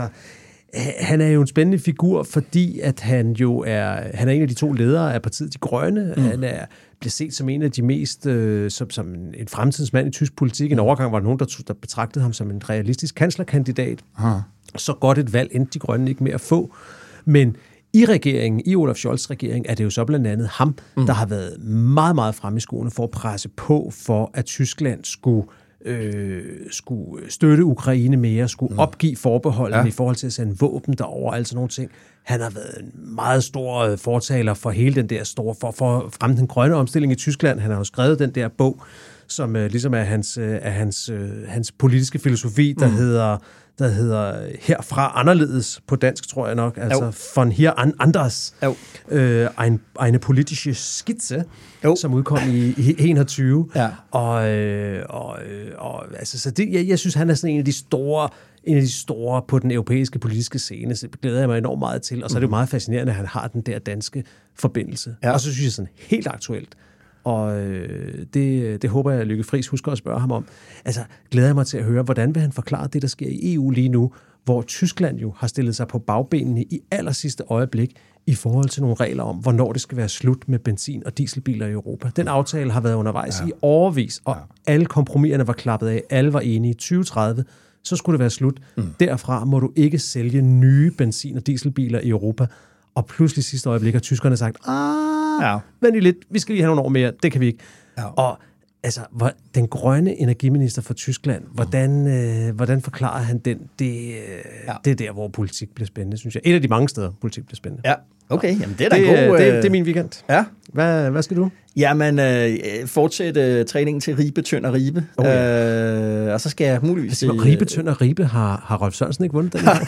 han er jo en spændende figur, fordi at han jo er, han er en af de to ledere af partiet De Grønne. Mm. Han er bliver set som en af de mest, øh, som, som en, en fremtidsmand i tysk politik. En overgang var der nogen, der, der betragtede ham som en realistisk kanslerkandidat. Aha. Så godt et valg endte De Grønne ikke med at få. Men i regeringen, i Olaf Scholz' regering, er det jo så blandt andet ham, mm. der har været meget, meget fremme i skoene for at presse på, for at Tyskland skulle Øh, skulle støtte Ukraine mere, skulle opgive forbeholdene ja. i forhold til at sende våben derover, altså nogle ting. Han har været en meget stor fortaler for hele den der store, for, for frem den grønne omstilling i Tyskland. Han har jo skrevet den der bog, som øh, ligesom er hans, øh, er hans, øh, hans politiske filosofi, der mm. hedder der hedder Herfra anderledes på dansk, tror jeg nok, altså jo. Von hier an anders. Øh, en, eine politische Skitse, jo. Som udkom i, i enogtyve. Ja. Og, øh, og, øh, og altså, så det, jeg, jeg synes, han er sådan en af de store, en af de store på den europæiske politiske scene, så det glæder jeg mig enormt meget til. Og så er det jo meget fascinerende, at han har den der danske forbindelse. Ja. Og så synes jeg sådan helt aktuelt, og øh, det, det håber jeg, at Lykke Friis husker at spørge ham om. Altså, glæder jeg mig til at høre, hvordan vil han forklare det, der sker i E U lige nu, hvor Tyskland jo har stillet sig på bagbenene i aller sidste øjeblik i forhold til nogle regler om, hvornår det skal være slut med benzin- og dieselbiler i Europa. Den aftale har været undervejs ja. i årevis, og ja. alle kompromiserne var klappet af. Alle var enige. tyve tredive så skulle det være slut. Mm. Derfra må du ikke sælge nye benzin- og dieselbiler i Europa. Og pludselig sidste øjeblik har tyskerne sagt, ah, ja. vent lidt, vi skal lige have nogle år mere, det kan vi ikke. Ja. Og altså, hvor, den grønne energiminister for Tyskland, hvordan, øh, hvordan forklarer han den? Det, øh, ja. det er der, hvor politik bliver spændende, synes jeg. Et af de mange steder, politik bliver spændende. Ja, okay. Jamen, det er da det, en god... Det, det er min weekend. Ja. Hvad, hvad skal du? Jamen, øh, fortsætte øh, træningen til Ribe, Tønder, Ribe. Oh, ja. øh, og så skal jeg muligvis... Altså, øh, Ribe, Tønder, Ribe, har, har Rolf Sørensen ikke vundet den her?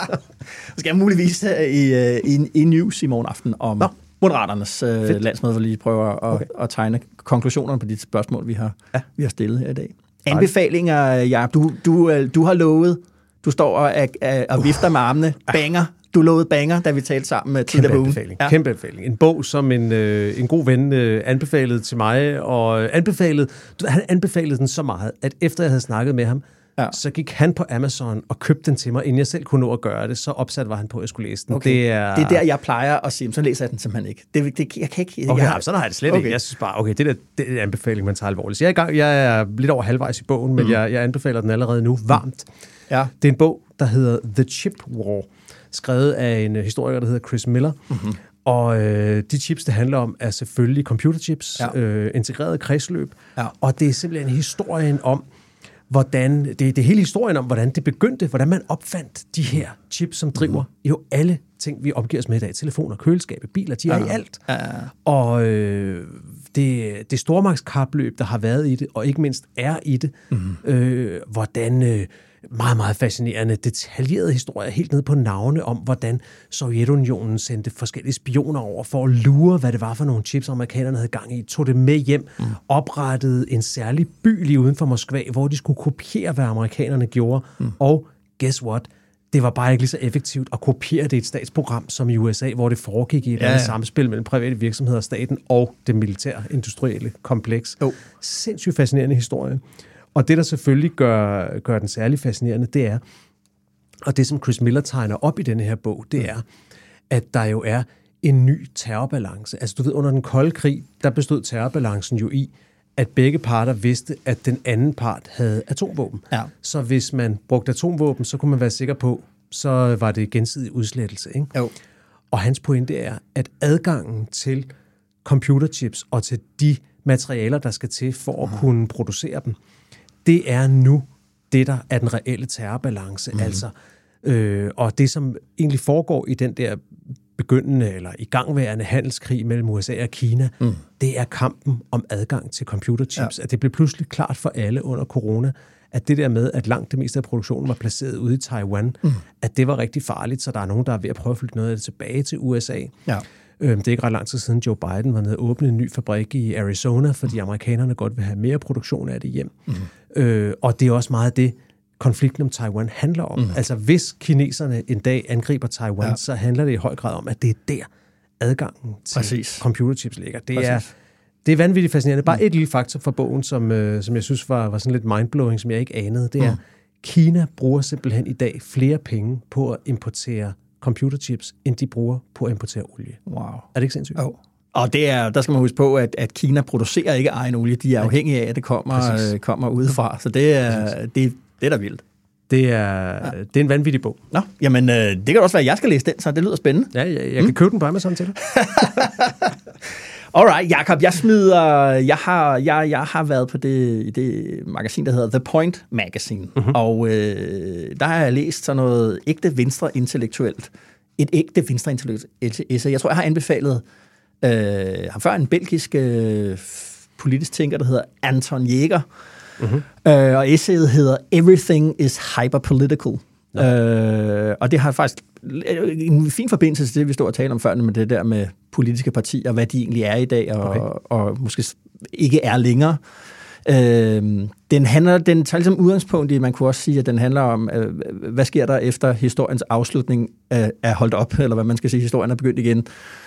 Så skal jeg muligvis uh, i, i, i news i morgen aften om Nå. Moderaternes øh, landsmøde, hvor lige prøver at, okay. at, at tegne konklusionerne på de spørgsmål, vi har, ja. vi har stillet her i dag. Anbefalinger, Jacob. Du, du, du har lovet, du står og, og, og vifter med armene, banger. Du lovede banger, da vi talte sammen med tidligere på ugen. Ja. Kæmpe anbefaling. En bog, som en, øh, en god ven øh, anbefalede til mig, og anbefalede, han anbefalede den så meget, at efter jeg havde snakket med ham, ja. så gik han på Amazon og købte den til mig, inden jeg selv kunne nå at gøre det. Så opsat var han på, at jeg skulle læse den. Okay. Det, er... det er der, jeg plejer at sige, så læser jeg den simpelthen ikke. Det, det, jeg kan ikke... Okay, jeg... nej, sådan har jeg det slet okay. ikke. Jeg synes bare, okay, det, der, det er en anbefaling, man tager alvorligt. Så jeg er, i gang, jeg er lidt over halvvejs i bogen, men mm. jeg, jeg anbefaler den allerede nu varmt. Ja. Det er en bog, der hedder The Chip War, skrevet af en historiker, der hedder Chris Miller. Mm-hmm. Og øh, de chips, det handler om, er selvfølgelig computerchips, ja. øh, integreret kredsløb. Ja. Og det er simpelthen historien om, hvordan, det, det er hele historien om, hvordan det begyndte, hvordan man opfandt de her chips, som driver mm-hmm. jo alle ting, vi omgiver os med i dag. Telefoner, køleskabe, biler, de er ja. i alt. Ja. Og øh, det, det stormagtskapløb, der har været i det, og ikke mindst er i det, mm-hmm. øh, hvordan... Øh, meget, meget fascinerende, detaljerede historier, helt ned på navne om, hvordan Sovjetunionen sendte forskellige spioner over for at lure, hvad det var for nogle chips, amerikanerne havde gang i, tog det med hjem, mm. oprettede en særlig by lige uden for Moskva, hvor de skulle kopiere, hvad amerikanerne gjorde, mm. og guess what? Det var bare ikke lige så effektivt at kopiere det i et statsprogram som i U S A, hvor det foregik i et ja, ja. samspil mellem private virksomheder, staten og det militære industrielle kompleks. Oh. Sindssygt fascinerende historie. Og det, der selvfølgelig gør, gør den særlig fascinerende, det er, og det, som Chris Miller tegner op i denne her bog, det er, at der jo er en ny terrorbalance. Altså du ved, under den kolde krig, der bestod terrorbalancen jo i, at begge parter vidste, at den anden part havde atomvåben. Ja. Så hvis man brugte atomvåben, så kunne man være sikker på, så var det gensidig udslettelse. Ikke? Jo. Og hans pointe er, at adgangen til computerchips og til de materialer, der skal til for at mm. kunne producere dem, det er nu det, der er den reelle terrorbalance. Mm. Altså, øh, og det, som egentlig foregår i den der begyndende eller igangværende handelskrig mellem U S A og Kina, mm. det er kampen om adgang til computerchips. Ja. At det blev pludselig klart for alle under corona, at det der med, at langt det meste af produktionen var placeret ude i Taiwan, mm. at det var rigtig farligt, så der er nogen, der er ved at prøve at flytte noget af det tilbage til U S A. Ja. Det er ikke ret lang tid siden, Joe Biden var nede og åbnede en ny fabrik i Arizona, fordi amerikanerne godt vil have mere produktion af det hjem. Mm. Øh, og det er også meget det, konflikten om Taiwan handler om. Mm. Altså, hvis kineserne en dag angriber Taiwan, ja. så handler det i høj grad om, at det er der adgangen til Præcis. computerchips ligger. Det Præcis. er, det er vanvittigt fascinerende. Bare mm. et lille faktor fra bogen, som, øh, som jeg synes var, var sådan lidt mindblowing, som jeg ikke anede, det er, mm. Kina bruger simpelthen i dag flere penge på at importere computerchips, end de bruger på at importere olie. Wow. Er det ikke sindssygt? Oh. Og det er, der skal man huske på, at, at Kina producerer ikke egen olie. De er afhængige af, at det kommer, øh, kommer udefra. Så det er, det, det er da vildt. Det er, ja. det er en vanvittig bog. Nå, jamen øh, det kan også være, at jeg skal læse den, så det lyder spændende. Ja, ja jeg kan mm. købe den på Amazon til dig. Alright, Jacob, jeg smider, jeg har, jeg, jeg har været på det, det magasin, der hedder The Point Magazine, mm-hmm. og øh, der har jeg læst sådan noget ægte venstreintellektuelt, et ægte venstreintellektuelt essay. Jeg tror, jeg har anbefalet øh, ham før, en belgisk øh, politisk tænker, der hedder Anton Jäger, mm-hmm. øh, og essayet hedder Everything is Hyperpolitical. Øh, og det har faktisk en fin forbindelse til det, vi stod og talte om før, med det der med politiske partier, hvad de egentlig er i dag, og, okay. og, og måske ikke er længere. Øh, den handler, den tager ligesom udgangspunkt i, man kunne også sige, at den handler om, øh, hvad sker der efter historiens afslutning øh, er holdt op, eller hvad man skal sige, historien er begyndt igen.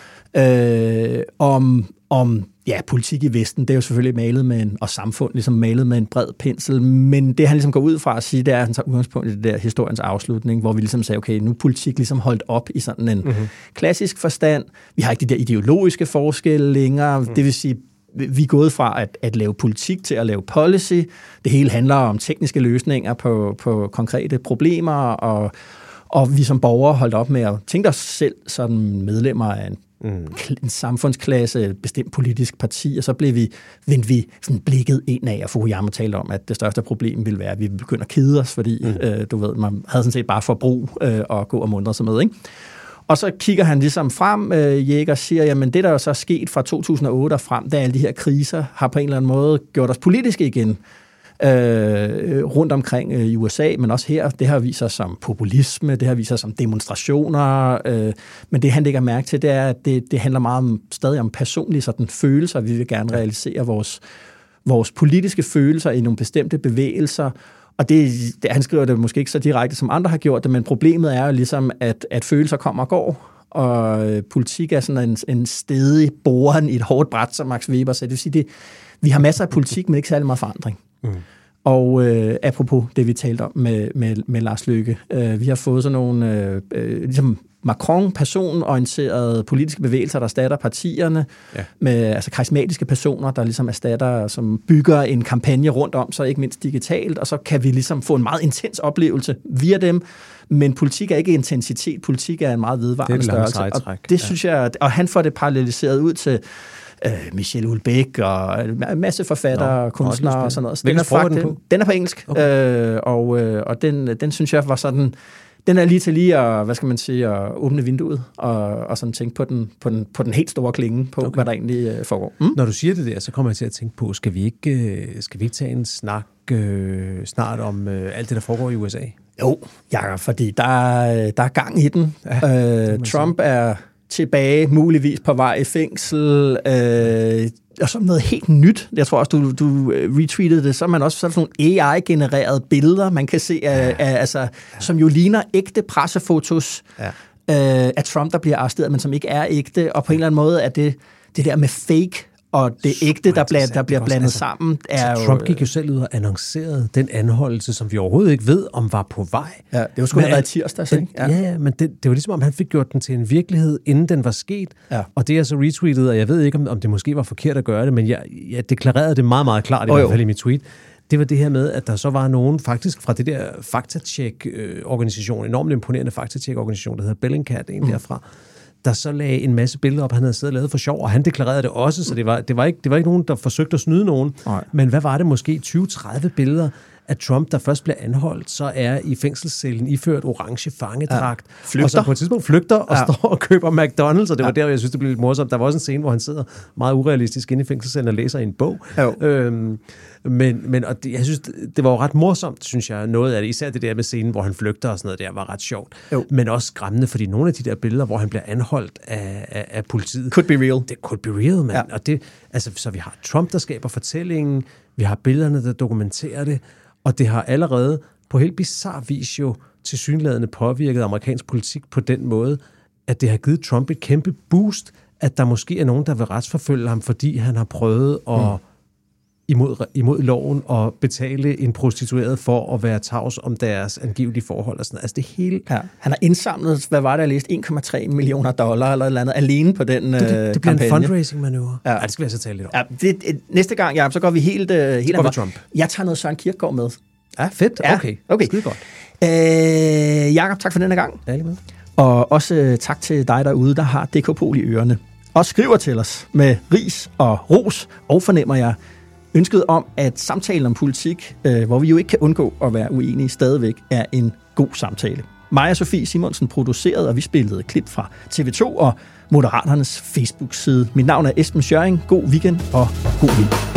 Øh, om, om ja, politik i Vesten, det er jo selvfølgelig malet med en, og samfund ligesom malet med en bred pensel, men det han ligesom går ud fra at sige, det er, at han tager udgangspunkt i det der historiens afslutning, hvor vi ligesom sagde, okay, nu er politik ligesom holdt op i sådan en mm-hmm. klassisk forstand. Vi har ikke de der ideologiske forskelle længere, mm. det vil sige, vi er gået fra at, at lave politik til at lave policy. Det hele handler om tekniske løsninger på, på konkrete problemer, og, og vi som borgere holdt op med at tænke os selv som medlemmer af en, mm. en samfundsklasse, et bestemt politisk parti, og så blev vi, vendte vi sådan blikket ind af, og Fukuyama talte om, at det største problem ville være, at vi begynder at kede os, fordi mm. øh, du ved, man havde sådan set bare forbrug øh, og gå og mundre sig med, ikke? Og så kigger han ligesom frem, øh, Jæger siger, jamen det, der er så sket fra to tusind og otte og frem, da alle de her kriser har på en eller anden måde gjort os politiske igen øh, rundt omkring øh, i U S A, men også her, det har vist sig som populisme, det har vist sig som demonstrationer, øh, men det han lægger mærke til, det er, at det, det handler meget om, stadig om personlige sådan, følelser. Vi vil gerne realisere vores, vores politiske følelser i nogle bestemte bevægelser. Og det, det, han skriver det måske ikke så direkte, som andre har gjort det, men problemet er jo ligesom, at, at følelser kommer og går, og øh, politik er sådan en, en stedig boren i et hårdt bræt, som Max Weber sagde. Det vil sige, det, vi har masser af politik, men ikke særlig meget forandring. Mm. Og øh, apropos det, vi talte om med, med, med Lars Løkke, øh, vi har fået sådan nogle, øh, øh, ligesom Macron, personorienterede politiske bevægelser, der erstatter partierne, ja. Med altså karismatiske personer, der ligesom erstatter, som bygger en kampagne rundt om, så ikke mindst digitalt, og så kan vi ligesom få en meget intens oplevelse via dem, men politik er ikke intensitet, politik er en meget vedvarende størrelse, og det ja. synes jeg, og han får det paralleliseret ud til øh, Michel Houellebecq og en masse forfattere, Nå, kunstnere og sådan noget. Så den, er faktisk, den, på? den er på engelsk, okay. øh, og, øh, og den, den synes jeg var sådan. Den er lige til lige at, hvad skal man sige, at åbne vinduet og, og sådan tænke på den, på, den, på den helt store klinge på, okay. hvad der egentlig uh, foregår. Mm? Når du siger det der, så kommer jeg til at tænke på, skal vi ikke, skal vi ikke tage en snak øh, snart om øh, alt det, der foregår i U S A? Jo, Jacob, fordi der, der er gang i den. Ja, uh, Trump sige. er tilbage, muligvis på vej i fængsel, øh, og så noget helt nyt. Jeg tror også, du, du retweetede det, så er man også sådan nogle A I-genererede billeder, man kan se, af, af, altså, ja. som jo ligner ægte pressefotos ja. øh, af Trump, der bliver arresteret, men som ikke er ægte, og på en eller anden måde er det, det der med fake og det ægte, der, bland, der bliver blandet altså, sammen. Er altså, Trump gik jo selv ud og annoncerede den anholdelse, som vi overhovedet ikke ved, om var på vej. Ja, det var sgu have været tirsdag, ikke? Ja, ja, men det, det var ligesom, om han fik gjort den til en virkelighed, inden den var sket. Ja. Og det er så retweetet, og jeg ved ikke, om, om det måske var forkert at gøre det, men jeg, jeg deklarerede det meget, meget klart, i oh, hvert fald i mit tweet. Det var det her med, at der så var nogen faktisk fra det der faktatjek-organisation, enormt imponerende faktatjek-organisation, der hedder Bellingcat, en mm. derfra, der så lagde en masse billeder op, han havde siddet og lavet for sjov, og han deklarerede det også, så det var, det var, ikke, det var ikke nogen, der forsøgte at snyde nogen. Nej. Men hvad var det måske? tyve til tredive billeder af Trump, der først bliver anholdt, så er i fængselscellen iført orange fangedragt, ja. og så på et tidspunkt flygter og ja. står og køber McDonald's, og det var ja. der, jeg synes, det blev lidt morsomt. Der var også en scene, hvor han sidder meget urealistisk inde i fængselscellen og læser en bog. Øhm, men, men og det, jeg synes, det var jo ret morsomt, synes jeg, noget af det. Især det der med scenen, hvor han flygter og sådan noget der, var ret sjovt. Jo. Men også skræmmende, fordi nogle af de der billeder, hvor han bliver anholdt af, af, af politiet. Could be real. Det could be real, man. Ja. Og det, altså, så vi har Trump, der skaber fortællingen, vi har billederne, der dokumenterer det, og det har allerede på helt bizarre vis jo tilsyneladende påvirket amerikansk politik på den måde, at det har givet Trump et kæmpe boost, at der måske er nogen, der vil retsforfølge ham, fordi han har prøvet at mm. imod, imod loven og betale en prostitueret for at være tavs om deres angivelige forhold og sådan noget. Altså det hele... Ja, han har indsamlet, hvad var det, jeg læste, en komma tre millioner dollar eller et eller andet, alene på den det, det, det bliver en fundraising-manøvre. Ja. Ja, det skal vi altså tale lidt om. Ja, det, det, næste gang, ja, så går vi helt... Uh, helt går vi Trump. Jeg tager noget Søren Kierkegaard med. Ja, fedt. Ja, okay. okay. Skide godt. Øh, Jakob, tak for denne gang. Ja, lige med. Og også uh, tak til dig derude, der har D K Pol i ørerne. Og skriver til os med ris og ros, og fornemmer jeg ønsket om, at samtalen om politik, øh, hvor vi jo ikke kan undgå at være uenige, stadigvæk er en god samtale. Maja Sofie Simonsen producerede, og vi spillede et klip fra T V to og Moderaternes Facebook-side. Mit navn er Esben Schøring. God weekend og god weekend.